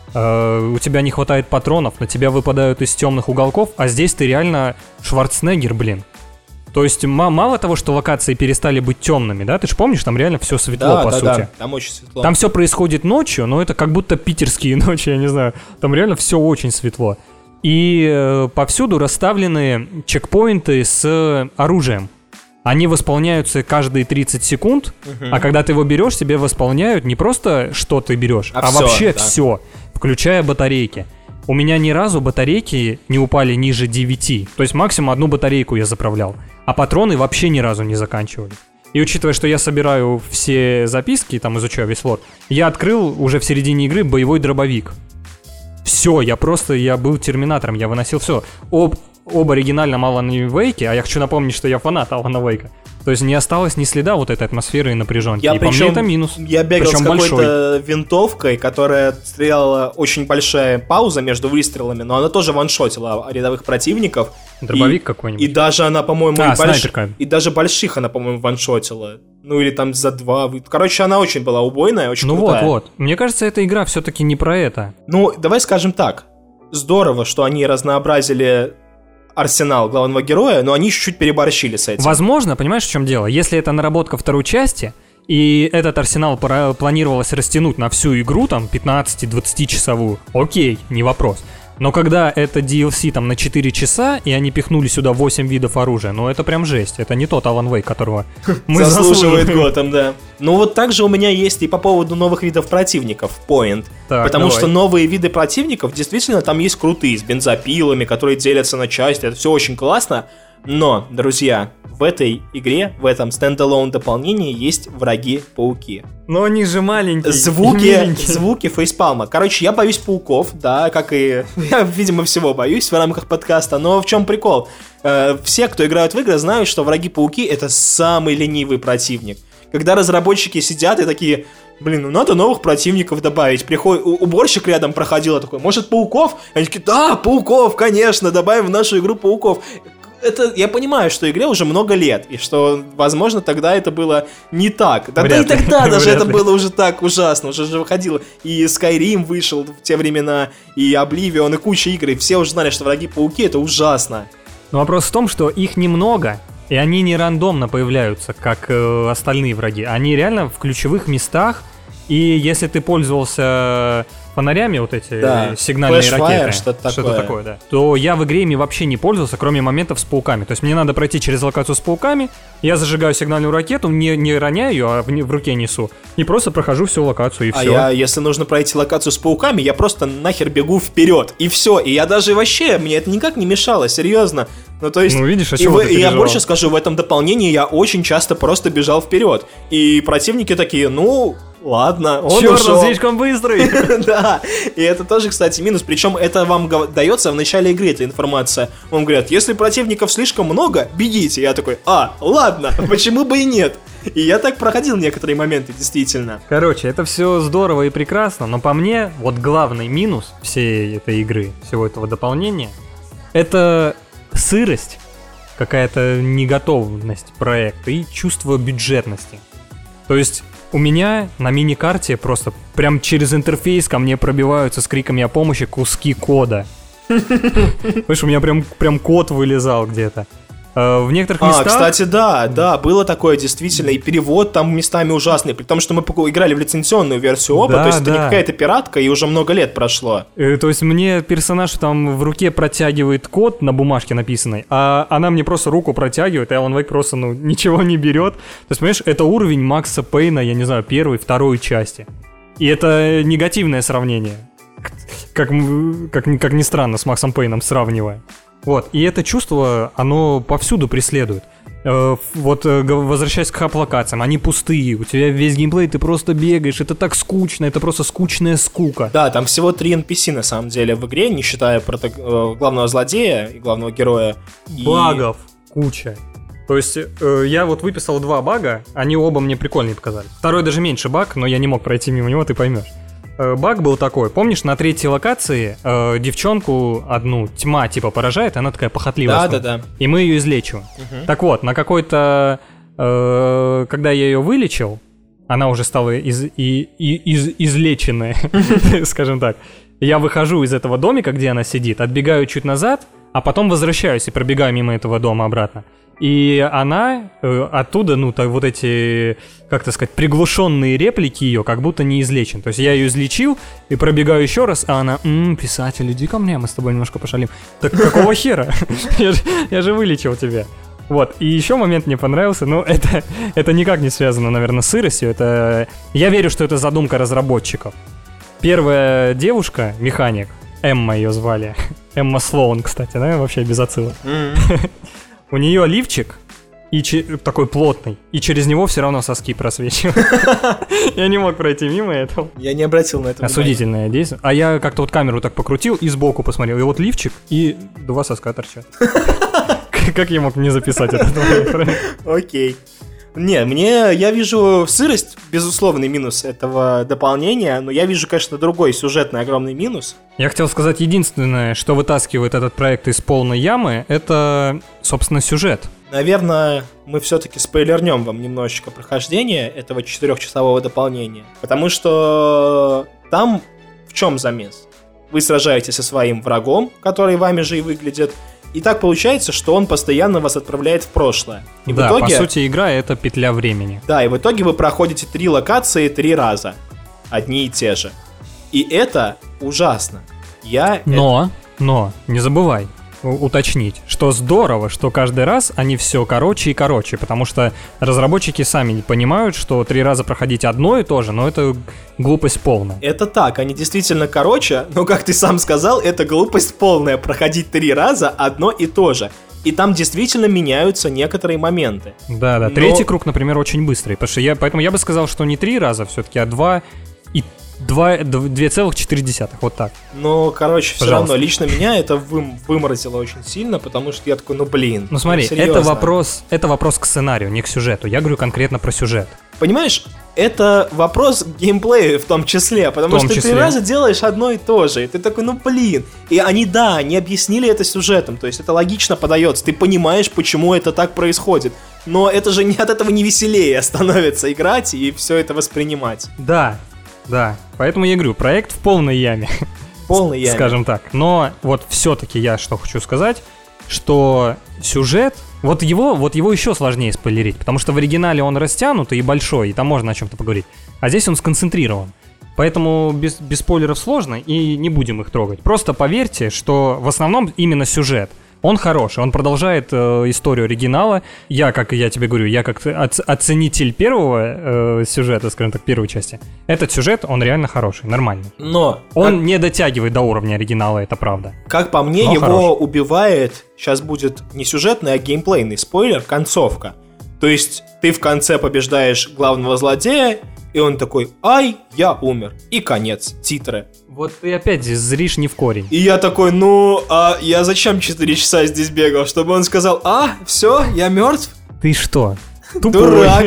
Э, у тебя не хватает патронов, на тебя выпадают из темных уголков, а здесь ты реально Шварценеггер, блин. То есть м- мало того, что локации перестали быть темными, да, ты же помнишь, там реально все светло, Да, по да, сути. да, там очень светло. Там все происходит ночью, но это как будто питерские ночи, я не знаю. Там реально все очень светло. И э, повсюду расставлены чекпоинты с оружием. Они восполняются каждые тридцать секунд, Мгм. а когда ты его берешь, тебе восполняют не просто что ты берешь, А а, всё, вообще да. все, включая батарейки. У меня ни разу батарейки не упали ниже девяти. То есть максимум одну батарейку я заправлял. А патроны вообще ни разу не заканчивались. И учитывая, что я собираю все записки, там изучаю весь лот, я открыл уже в середине игры боевой дробовик. Все, я просто, я был терминатором, я выносил все. Об, об оригинальном Алане Вейке, а я хочу напомнить, что я фанат Алана Вейка. То есть не осталось ни следа вот этой атмосферы и напряженки. Я И по причем, мне это минус. Я бегал Причем с какой-то большой. винтовкой, которая стреляла, очень большая пауза между выстрелами, но она тоже ваншотила рядовых противников. Дробовик и, какой-нибудь. И даже она, по-моему, А, и, больш- снайперка. и даже больших она, по-моему, ваншотила. Ну или там за два. вы- Короче, она очень была убойная, очень Ну крутая. вот-вот. Мне кажется, эта игра все-таки не про это. Ну, давай скажем так. Здорово, что они разнообразили арсенал главного героя, но они чуть-чуть переборщили с этим. Возможно, понимаешь, в чем дело? Если это наработка второй части, и этот арсенал пора- планировалось растянуть на всю игру, там, пятнадцати-двадцати часовую, окей, не вопрос. Но когда это ди эл си там на четыре часа, и они пихнули сюда восемь видов оружия, ну это прям жесть. Это не тот Alan Wake, которого мы Заслуживает заслуживаем. Готэм, да. Ну вот также у меня есть и по поводу новых видов противников, Point. Так, Потому давай. что новые виды противников действительно там есть крутые, с бензопилами, которые делятся на части, это все очень классно. Но, друзья, в этой игре, в этом стендалон дополнении есть враги-пауки. Но они же маленькие. Звуки, миленькие. звуки фейспалма. Короче, я боюсь пауков, да, как и я, видимо, всего боюсь в рамках подкаста. Но в чем прикол? Э, все, кто играют в игры, знают, что враги-пауки — это самый ленивый противник. Когда разработчики сидят и такие: блин, ну надо новых противников добавить. Приходит у- уборщик рядом проходил, такой: может, пауков? Они такие: да, пауков, конечно, добавим в нашу игру пауков. Это, я понимаю, что игре уже много лет, и что, возможно, тогда это было не так. Да, да и Вряд ли. тогда даже Вряд это ли. было уже так ужасно. Уже же выходило. И Skyrim вышел в те времена, и Oblivion, и куча игр, и все уже знали, что враги-пауки — это ужасно. Но вопрос в том, что их немного, и они не рандомно появляются, как э, остальные враги. Они реально в ключевых местах, и если ты пользовался фонарями, вот эти Да, э, сигнальные Flashfire, ракеты, что-то такое. да, то я в игре ими вообще не пользовался, кроме моментов с пауками. То есть мне надо пройти через локацию с пауками, я зажигаю сигнальную ракету, не, не роняю ее, а в, в руке несу, и просто прохожу всю локацию, и А все. я, если нужно пройти локацию с пауками, я просто нахер бегу вперед, и все. И я даже вообще, мне это никак не мешало, серьезно. Ну, то есть, Ну, видишь, а и чего в- ты и я переживал? больше скажу, в этом дополнении я очень часто просто бежал вперед. И противники такие: ну, ладно, он Чёрт, ушел. он слишком быстрый! Да, и это тоже, кстати, минус. Причем это вам гов- дается в начале игры, эта информация. Он говорит: если противников слишком много, бегите. Я такой: а, ладно, почему бы и нет? И я так проходил некоторые моменты, действительно. Короче, это все здорово и прекрасно, но по мне, вот главный минус всей этой игры, всего этого дополнения, это сырость, какая-то неготовность проекта и чувство бюджетности. То есть у меня на мини-карте просто прям через интерфейс ко мне пробиваются с криками о помощи куски кода. Понимаешь, у меня прям, прям код вылезал где-то. Э, В некоторых А, местах... кстати, да, да, было такое действительно, и перевод там местами ужасный, при том, что мы поку- играли в лицензионную версию оба, Да, то есть это не да. какая-то пиратка, и уже много лет прошло. Э, То есть мне персонаж там в руке протягивает код на бумажке написанной, а она мне просто руку протягивает, и Alan Wake просто, ну, ничего не берет. То есть, понимаешь, это уровень Макса Пейна, я не знаю, первой, второй части. И это негативное сравнение. Как, м- как, ни- как ни странно, с Максом Пейном сравнивая. Вот, и это чувство, оно повсюду преследует. Э, Вот, э, г- возвращаясь к хаб-локациям, они пустые, у тебя весь геймплей, ты просто бегаешь, это так скучно, это просто скучная скука. Да, там всего три эн пи си на самом деле в игре, не считая прото- э, главного злодея и главного героя. И- Багов куча. То есть э, я вот выписал два бага, они оба мне прикольные показали. Второй даже меньше баг, но я не мог пройти мимо него, ты поймешь. Э, баг был такой, помнишь, на третьей локации э, девчонку одну тьма типа поражает, она такая похотливая. Да, да, да. И мы ее излечиваем. Угу. Так вот, на какой-то... Э, когда я ее вылечил, она уже стала из, и, и, из, излеченная, скажем так. Я выхожу из этого домика, где она сидит, отбегаю чуть назад, а потом возвращаюсь и пробегаю мимо этого дома обратно. И она э, оттуда, ну, так, вот эти, как так сказать, приглушенные реплики ее как будто не излечен. То есть я ее излечил и пробегаю еще раз, а она: «М, писатель, иди ко мне, мы с тобой немножко пошалим». Так какого хера? я, же, я же вылечил тебя. Вот, и еще момент мне понравился, но это, это никак не связано, наверное, с сыростью. Это... Я верю, что это задумка разработчиков. Первая девушка, механик, Эмма ее звали, Эмма Слоун, кстати, да, вообще без отсылок. Mm-hmm. У нее лифчик и че- такой плотный, и через него все равно соски просвечивают. Я не мог пройти мимо этого. Я не обратил на это внимания. Осудительное действие. А я как-то вот камеру так покрутил и сбоку посмотрел, и вот лифчик, и два соска торчат. Как я мог не записать это? Окей. Не, мне, я вижу сырость, безусловный минус этого дополнения, но я вижу, конечно, другой сюжетный огромный минус. Я хотел сказать, единственное, что вытаскивает этот проект из полной ямы, это, собственно, сюжет. Наверное, мы все-таки спойлернем вам немножечко прохождение этого четырехчасового дополнения, потому что там в чем замес? Вы сражаетесь со своим врагом, который вами же и выглядит, и так получается, что он постоянно вас отправляет в прошлое. И да, в итоге, по сути, игра — это петля времени. Да, и в итоге вы проходите три локации три раза. Одни и те же. И это ужасно. Я но, это... но, не забывай уточнить, что здорово, что каждый раз они все короче и короче, потому что разработчики сами не понимают, что три раза проходить одно и то же, но это глупость полная. Это так, они действительно короче, но, как ты сам сказал, это глупость полная, проходить три раза одно и то же. И там действительно меняются некоторые моменты. Да-да, но... третий круг, например, очень быстрый, потому что я, поэтому я бы сказал, что не три раза все-таки, а два и две целых четыре десятых, вот так. Ну, короче, все Пожалуйста. равно, лично меня это вым- выморозило очень сильно, потому что я такой, ну блин. Ну смотри, ну, это вопрос, это вопрос к сценарию, не к сюжету. Я говорю конкретно про сюжет. Понимаешь, это вопрос к геймплею в том числе, потому в том что числе. ты три раза делаешь одно и то же, и ты такой, ну блин. И они, да, не объяснили это сюжетом, то есть это логично подается, ты понимаешь, почему это так происходит. Но это же не от этого не веселее становится играть и все это воспринимать. Да. Да, поэтому я говорю, проект в полной яме. Полной яме. Скажем так. Но вот все-таки я что хочу сказать, что сюжет, вот его, вот его еще сложнее спойлерить, потому что в оригинале он растянутый и большой, и там можно о чем-то поговорить. А здесь он сконцентрирован. Поэтому без, без спойлеров сложно, и не будем их трогать. Просто поверьте, что в основном именно сюжет. Он хороший, он продолжает э, историю оригинала. Я, как я тебе говорю, я как оц- оценитель первого э, сюжета, скажем так, первой части. Этот сюжет, он реально хороший, нормальный. Но он как... не дотягивает до уровня оригинала, это правда. Как по мне, Но его хороший. убивает, сейчас будет не сюжетный, а геймплейный спойлер, концовка. То есть ты в конце побеждаешь главного злодея, и он такой: ай, я умер. И конец, титры. Вот ты опять зришь не в корень. И я такой, ну, а я зачем четыре часа здесь бегал? Чтобы он сказал: а, все, я мертв? Ты что? Дурак.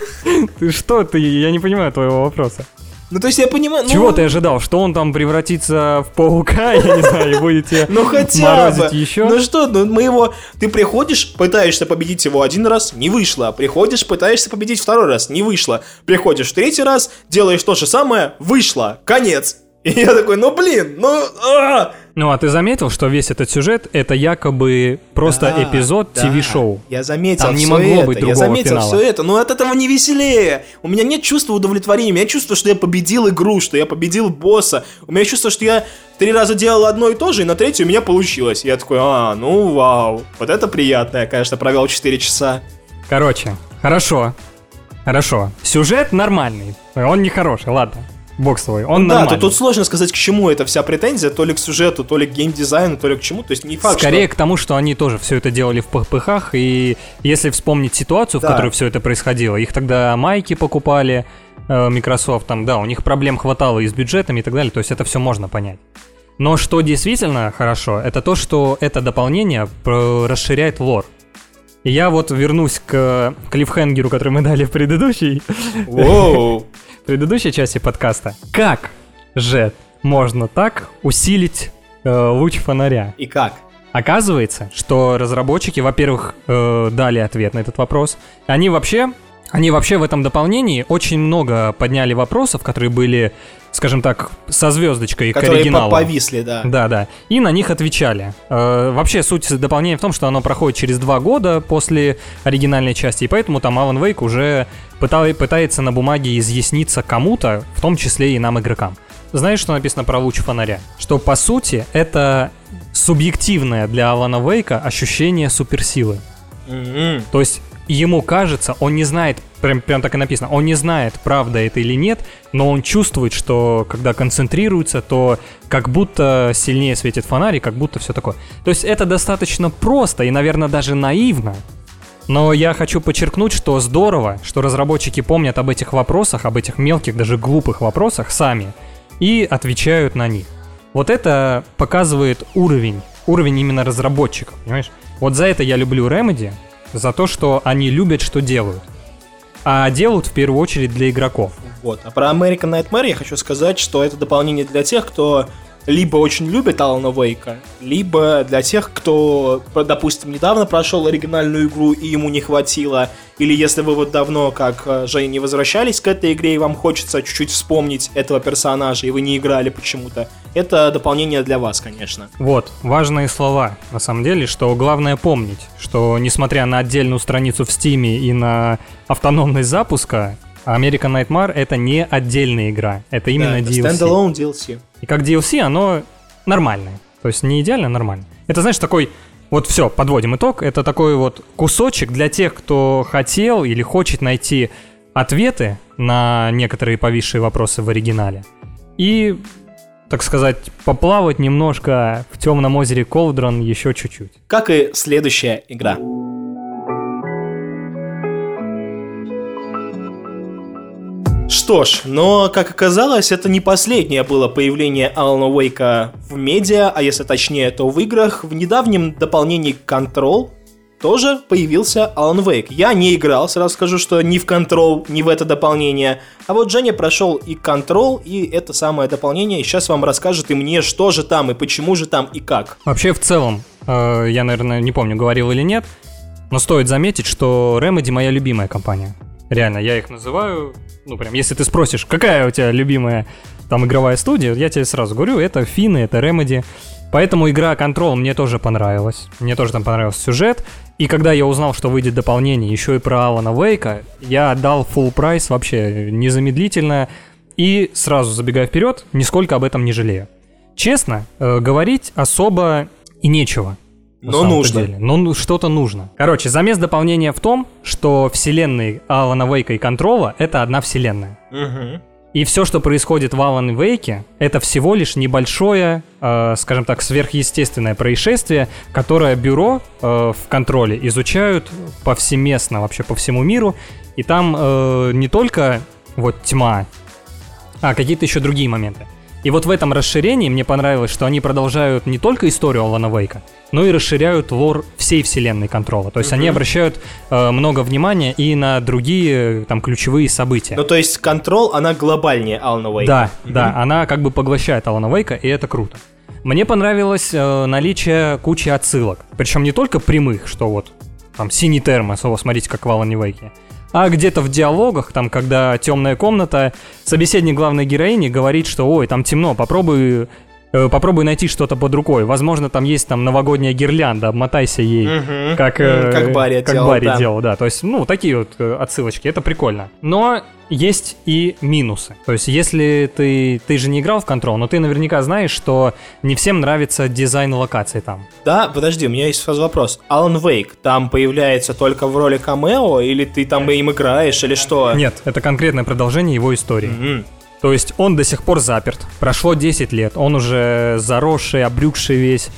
Ты что? Ты, я не понимаю твоего вопроса. Ну, то есть я понимаю... Чего ну... ты ожидал? Что он там превратится в паука, я не знаю, и будете ну, хотя морозить бы. еще? Ну что, ну мы его... Ты приходишь, пытаешься победить его один раз, не вышло. Приходишь, пытаешься победить второй раз, не вышло. Приходишь в третий раз, делаешь то же самое, вышло. Конец. И я такой, ну блин, ну... А! Ну, а ты заметил, что весь этот сюжет — это якобы просто Да, эпизод да. ТВ-шоу? Я заметил Там не всё могло это, быть я другого заметил финала. все это, но от этого не веселее. У меня нет чувства удовлетворения, у меня чувство, что я победил игру, что я победил босса. У меня чувство, что я три раза делал одно и то же, и на третью у меня получилось. Я такой, а, ну вау, вот это приятно, я, конечно, провел четыре часа. Короче, хорошо, хорошо. Сюжет нормальный, он не хороший, ладно. Бог с тобой, он Да, нормальный. то тут сложно сказать, к чему эта вся претензия, то ли к сюжету, то ли к геймдизайну, то ли к чему, то есть не факт, Скорее что... к тому, что они тоже все это делали в пыхах, и если вспомнить ситуацию, Да. в которой все это происходило, их тогда майки покупали, э, Microsoft, там, да, у них проблем хватало и с бюджетами и так далее, то есть это все можно понять. Но что действительно хорошо, это то, что это дополнение про- расширяет лор. И я вот вернусь к клиффхенгеру, который мы дали в предыдущей, Воу. предыдущей части подкаста. Как же можно так усилить э, луч фонаря? И как? Оказывается, что разработчики, во-первых, э, дали ответ на этот вопрос. Они вообще, они вообще в этом дополнении очень много подняли вопросов, которые были, скажем так, со звездочкой к оригиналу. Которые повисли, да. Да, да. И на них отвечали. Э, вообще суть дополнения в том, что оно проходит через два года после оригинальной части, и поэтому там Alan Wake уже пыта- пытается на бумаге изъясниться кому-то, в том числе и нам, игрокам. Знаешь, что написано про луч фонаря? Что, по сути, это субъективное для Алана Вейка ощущение суперсилы. Mm-hmm. То есть ему кажется, он не знает, прям, прям так и написано, он не знает, правда это или нет, но он чувствует, что когда концентрируется, то как будто сильнее светит фонарь, и как будто все такое. То есть это достаточно просто и, наверное, даже наивно. Но я хочу подчеркнуть, что здорово, что разработчики помнят об этих вопросах, об этих мелких, даже глупых вопросах сами и отвечают на них. Вот это показывает уровень, уровень именно разработчиков, понимаешь? Вот за это я люблю Remedy, за то, что они любят, что делают. А делают в первую очередь для игроков. Вот. А про American Nightmare я хочу сказать, что это дополнение для тех, кто либо очень любит Алана Вейка, либо для тех, кто, допустим, недавно прошел оригинальную игру и ему не хватило, или если вы вот давно, как Женя, не возвращались к этой игре и вам хочется чуть-чуть вспомнить этого персонажа, и вы не играли почему-то, это дополнение для вас, конечно. Вот, важные слова, на самом деле, что главное помнить, что несмотря на отдельную страницу в Steam и на автономность запуска, American Nightmare — это не отдельная игра, это именно да, это ди эл си. Standalone ди эл си. И как ди эл си оно нормальное, то есть не идеально, нормально. Это, знаешь, такой, вот все, подводим итог, это такой вот кусочек для тех, кто хотел или хочет найти ответы на некоторые повисшие вопросы в оригинале. И, так сказать, поплавать немножко в темном озере Колдрон еще чуть-чуть. Как и следующая игра. Что ж, но, как оказалось, это не последнее было появление Алана Уэйка в медиа, а если точнее, то в играх. В недавнем дополнении Control тоже появился Алан Вейк. Я не играл, сразу скажу, что ни в Control, ни в это дополнение. А вот Женя прошел и Control, и это самое дополнение, и сейчас вам расскажет и мне, что же там, и почему же там, и как. Вообще, в целом, э, я, наверное, не помню, говорил или нет, но стоит заметить, что Remedy моя любимая компания. Реально, я их называю, ну прям, если ты спросишь, какая у тебя любимая там игровая студия, я тебе сразу говорю, это финны, это Remedy. Поэтому игра Control мне тоже понравилась. Мне тоже там понравился сюжет. И когда я узнал, что выйдет дополнение еще и про Алана Вейка, я отдал full прайс вообще незамедлительно. И сразу забегая вперед, нисколько об этом не жалею. Честно, э, говорить особо и нечего. Но нужно. Деле. Но что-то нужно. Короче, замес дополнения в том, что вселенные Алана Вейка и Контрола — это одна вселенная. Угу. И все, что происходит в Алан Вейке, это всего лишь небольшое, э, скажем так, сверхъестественное происшествие, которое бюро э, в Контроле изучают повсеместно, вообще по всему миру. И там э, не только вот тьма, а какие-то еще другие моменты. И вот в этом расширении мне понравилось, что они продолжают не только историю Алана Вейка, но и расширяют лор всей вселенной Контрола. То есть mm-hmm. они обращают э, много внимания и на другие там ключевые события. Ну то есть Control, она глобальнее Алана Вейка. Да, mm-hmm. да, она как бы поглощает Алана Вейка, и это круто. Мне понравилось э, наличие кучи отсылок. Причем не только прямых, что вот там синий термос, о, смотрите, как в Алане Вейке. А где-то в диалогах, там, когда темная комната, собеседник главной героини говорит, что ой, там темно, попробуй, э, попробуй найти что-то под рукой. Возможно, там есть там новогодняя гирлянда, обмотайся ей, угу. как, э, как Барри как делал. Барри да. делал, да. То есть, ну, такие вот отсылочки, это прикольно. Но есть и минусы. То есть, если ты, ты же не играл в Control, но ты наверняка знаешь, что не всем нравится дизайн локаций там. Да, подожди, у меня есть сразу вопрос. Алан Вейк там появляется только в роли камео, или ты там им играешь, или что? Нет, это конкретное продолжение его истории. Угу. То есть он до сих пор заперт. Прошло десять лет, он уже заросший, обрюкший весь.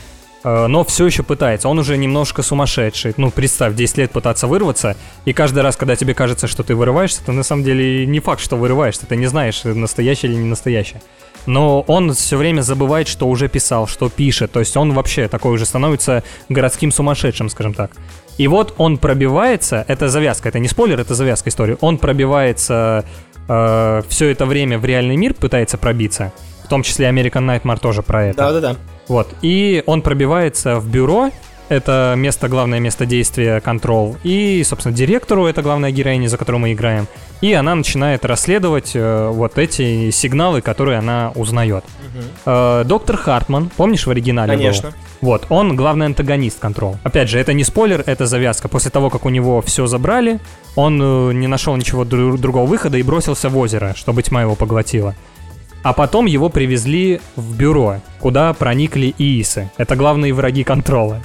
но все еще пытается. Он уже немножко сумасшедший. Ну, представь, десять лет пытаться вырваться, и каждый раз, когда тебе кажется, что ты вырываешься, то на самом деле не факт, что вырываешься. Ты не знаешь, настоящее или не настоящее. Но он все время забывает, что уже писал, что пишет. То есть он вообще такой уже становится городским сумасшедшим, скажем так. И вот он пробивается, это завязка, это не спойлер, это завязка истории. Он пробивается э, все это время в реальный мир, пытается пробиться. В том числе American Nightmare тоже про это. Да-да-да. Вот, и он пробивается в бюро, это место, главное место действия Control, и, собственно, директору, это главная героиня, за которую мы играем, и она начинает расследовать э, вот эти сигналы, которые она узнает. Угу. Э, доктор Хартман, помнишь, в оригинале Конечно. был? Вот, он главный антагонист Control. Опять же, это не спойлер, это завязка. После того, как у него все забрали, он э, не нашел ничего дру- другого выхода и бросился в озеро, чтобы тьма его поглотила. А потом его привезли в бюро, куда проникли Иисы. Это главные враги Контрола.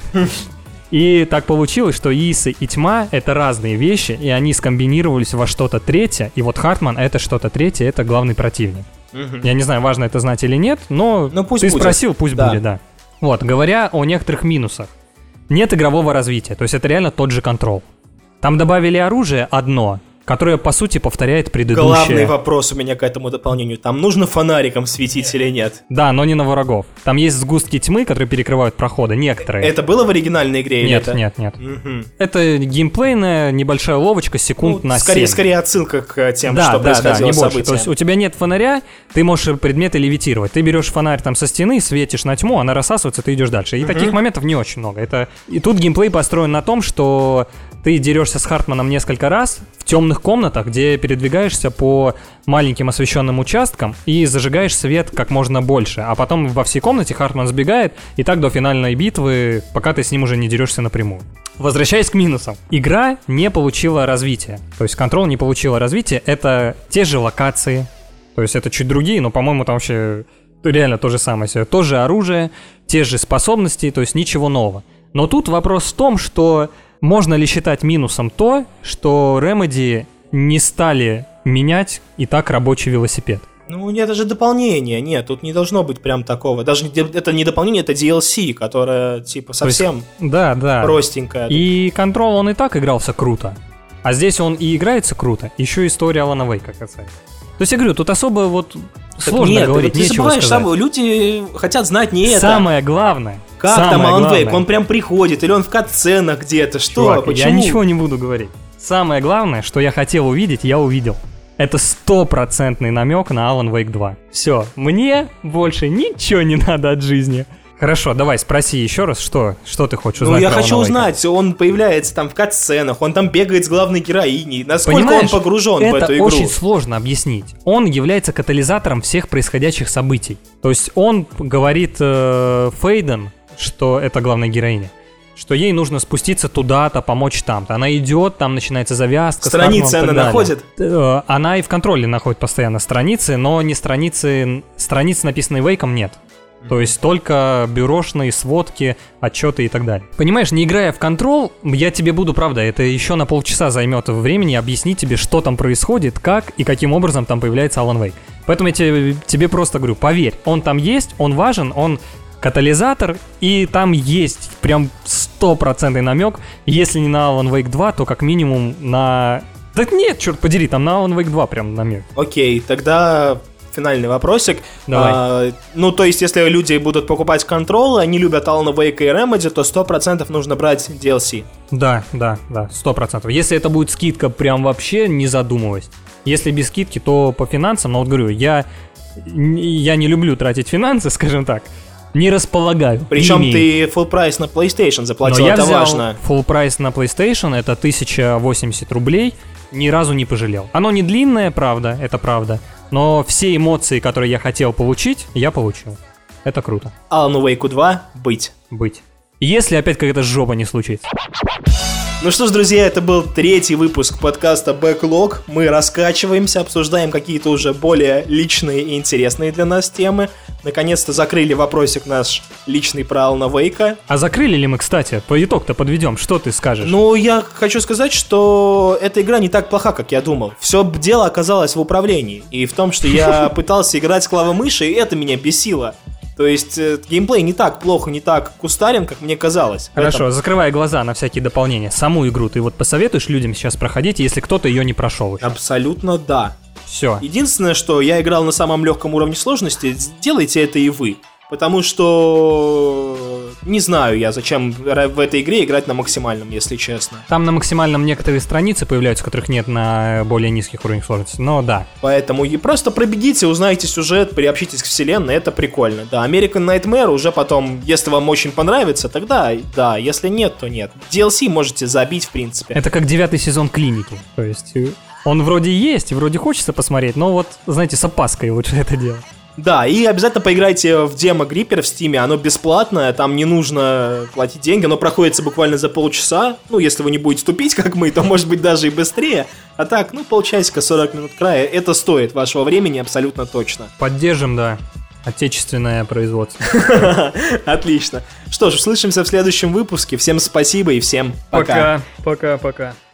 И так получилось, что Иисы и тьма — это разные вещи, и они скомбинировались во что-то третье, и вот Хартман — это что-то третье, это главный противник. Я не знаю, важно это знать или нет, но ну, пусть ты будет. Спросил, пусть да. будет, да. Вот, говоря о некоторых минусах. Нет игрового развития, то есть это реально тот же Control. Там добавили оружие одно, которое, по сути, повторяет предыдущее. Главный вопрос у меня к этому дополнению. Там нужно фонариком светить или нет? Да, но не на врагов. Там есть сгустки тьмы, которые перекрывают проходы, некоторые. Это было в оригинальной игре или нет, это? Нет, нет, нет. Угу. Это геймплейная небольшая ловочка секунд ну, на скорее, семь. Скорее отсылка к тем, да, что да, происходило да, не события. больше. То есть у тебя нет фонаря, ты можешь предметы левитировать. Ты берешь фонарь там со стены, светишь на тьму, она рассасывается, ты идешь дальше. И угу. таких моментов не очень много. Это... И тут геймплей построен на том, что ты дерешься с Хартманом несколько раз в темных комнатах, где передвигаешься по маленьким освещенным участкам и зажигаешь свет как можно больше. А потом во всей комнате Хартман сбегает, и так до финальной битвы, пока ты с ним уже не дерешься напрямую. Возвращаясь к минусам. Игра не получила развития. То есть Control не получила развития. Это те же локации. То есть это чуть другие, но, по-моему, там вообще реально то же самое. То же оружие, те же способности, то есть ничего нового. Но тут вопрос в том, что можно ли считать минусом то, что Remedy не стали менять и так рабочий велосипед? Ну, это же дополнение, нет, тут не должно быть прям такого. Даже это не дополнение, это ди эл си, которое, типа, совсем есть, да, да. простенькое. И Control, он и так игрался круто. А здесь он и играется круто, еще история Алана Вейка касается. То есть я говорю, тут особо вот сложно нет, говорить, ты, нечего ты забываешь, сказать. Сам, люди хотят знать не это. Самое главное. Как самое там Алан главное. Вейк, он прям приходит, или он в катсценах где-то, что, Чувак, почему? Я ничего не буду говорить. Самое главное, что я хотел увидеть, я увидел. Это стопроцентный намек на Alan Wake два. Все, мне больше ничего не надо от жизни. Хорошо, давай, спроси еще раз, что, что ты хочешь узнать. Ну, я про хочу Alan Wake? узнать, он появляется там в катсценах, он там бегает с главной героиней, насколько Понимаешь, он погружен в эту игру. Это очень сложно объяснить. Он является катализатором всех происходящих событий. То есть он говорит э, Фейден, что это главная героиня, что ей нужно спуститься туда-то, помочь там-то. Она идет, там начинается завязка. Страницы она находит? Э, она и в контроле находит постоянно страницы, но не страницы... Страницы, написанные Вейком, нет. То есть только бюрошные сводки, отчеты и так далее. Понимаешь, не играя в Control, я тебе буду, правда, это еще на полчаса займет времени объяснить тебе, что там происходит, как и каким образом там появляется Alan Wake. Поэтому я тебе, тебе просто говорю, поверь, он там есть, он важен, он катализатор, и там есть прям стопроцентный намек. Если не на Alan Wake два, то как минимум на... Да нет, черт подери, там на Alan Wake два прям намек. Окей, тогда... Финальный вопросик. Давай. А, ну, то есть, если люди будут покупать Control, они любят Alan Wake и Remedy, то сто процентов нужно брать ди эл си. Да, да, да, сто процентов. Если это будет скидка, прям вообще не задумываясь. Если без скидки, то по финансам, но вот говорю, я, я не люблю тратить финансы, скажем так. Не располагаю. Причем ими. ты full прайс на PlayStation заплатил, Но это я взял важно. Full прайс на PlayStation, это тысяча восемьдесят рублей, ни разу не пожалел. Оно не длинное, правда, это правда. Но все эмоции, которые я хотел получить, я получил. Это круто. Alan Wake два быть. Быть. Если опять какая-то жопа не случится. Ну что ж, друзья, это был третий выпуск подкаста Backlog. Мы раскачиваемся, обсуждаем какие-то уже более личные и интересные для нас темы. Наконец-то закрыли вопросик наш личный про Алана Вейка. А закрыли ли мы, кстати? По итог-то подведем. Что ты скажешь? Ну, я хочу сказать, что эта игра не так плоха, как я думал. Все дело оказалось в управлении. И в том, что я пытался играть с клавомыши, и это меня бесило. То есть э, геймплей не так плохо, не так кустарен, как мне казалось. Хорошо, Поэтому... закрывай глаза на всякие дополнения. Саму игру ты вот посоветуешь людям сейчас проходить, если кто-то ее не прошел еще? Абсолютно да. Все. Единственное, что я играл на самом легком уровне сложности, сделайте это и вы. Потому что не знаю я, зачем в этой игре играть на максимальном, если честно. Там на максимальном некоторые страницы появляются, которых нет на более низких уровнях сложности, но да. Поэтому и просто пробегите, узнаете сюжет, приобщитесь к вселенной, это прикольно. Да, American Nightmare уже потом, если вам очень понравится, тогда да, если нет, то нет. ди эл си можете забить, в принципе. Это как девятый сезон Клиники, то есть он вроде есть, вроде хочется посмотреть, но вот, знаете, с опаской лучше это делать. Да, и обязательно поиграйте в демо Gripper в Steam, оно бесплатное, там не нужно платить деньги, оно проходится буквально за полчаса, ну, если вы не будете тупить, как мы, то может быть даже и быстрее, а так, ну, полчасика, сорок минут края, это стоит вашего времени абсолютно точно. Поддержим, да, отечественное производство. Отлично. Что ж, услышимся в следующем выпуске, всем спасибо и всем пока. Пока, пока, пока.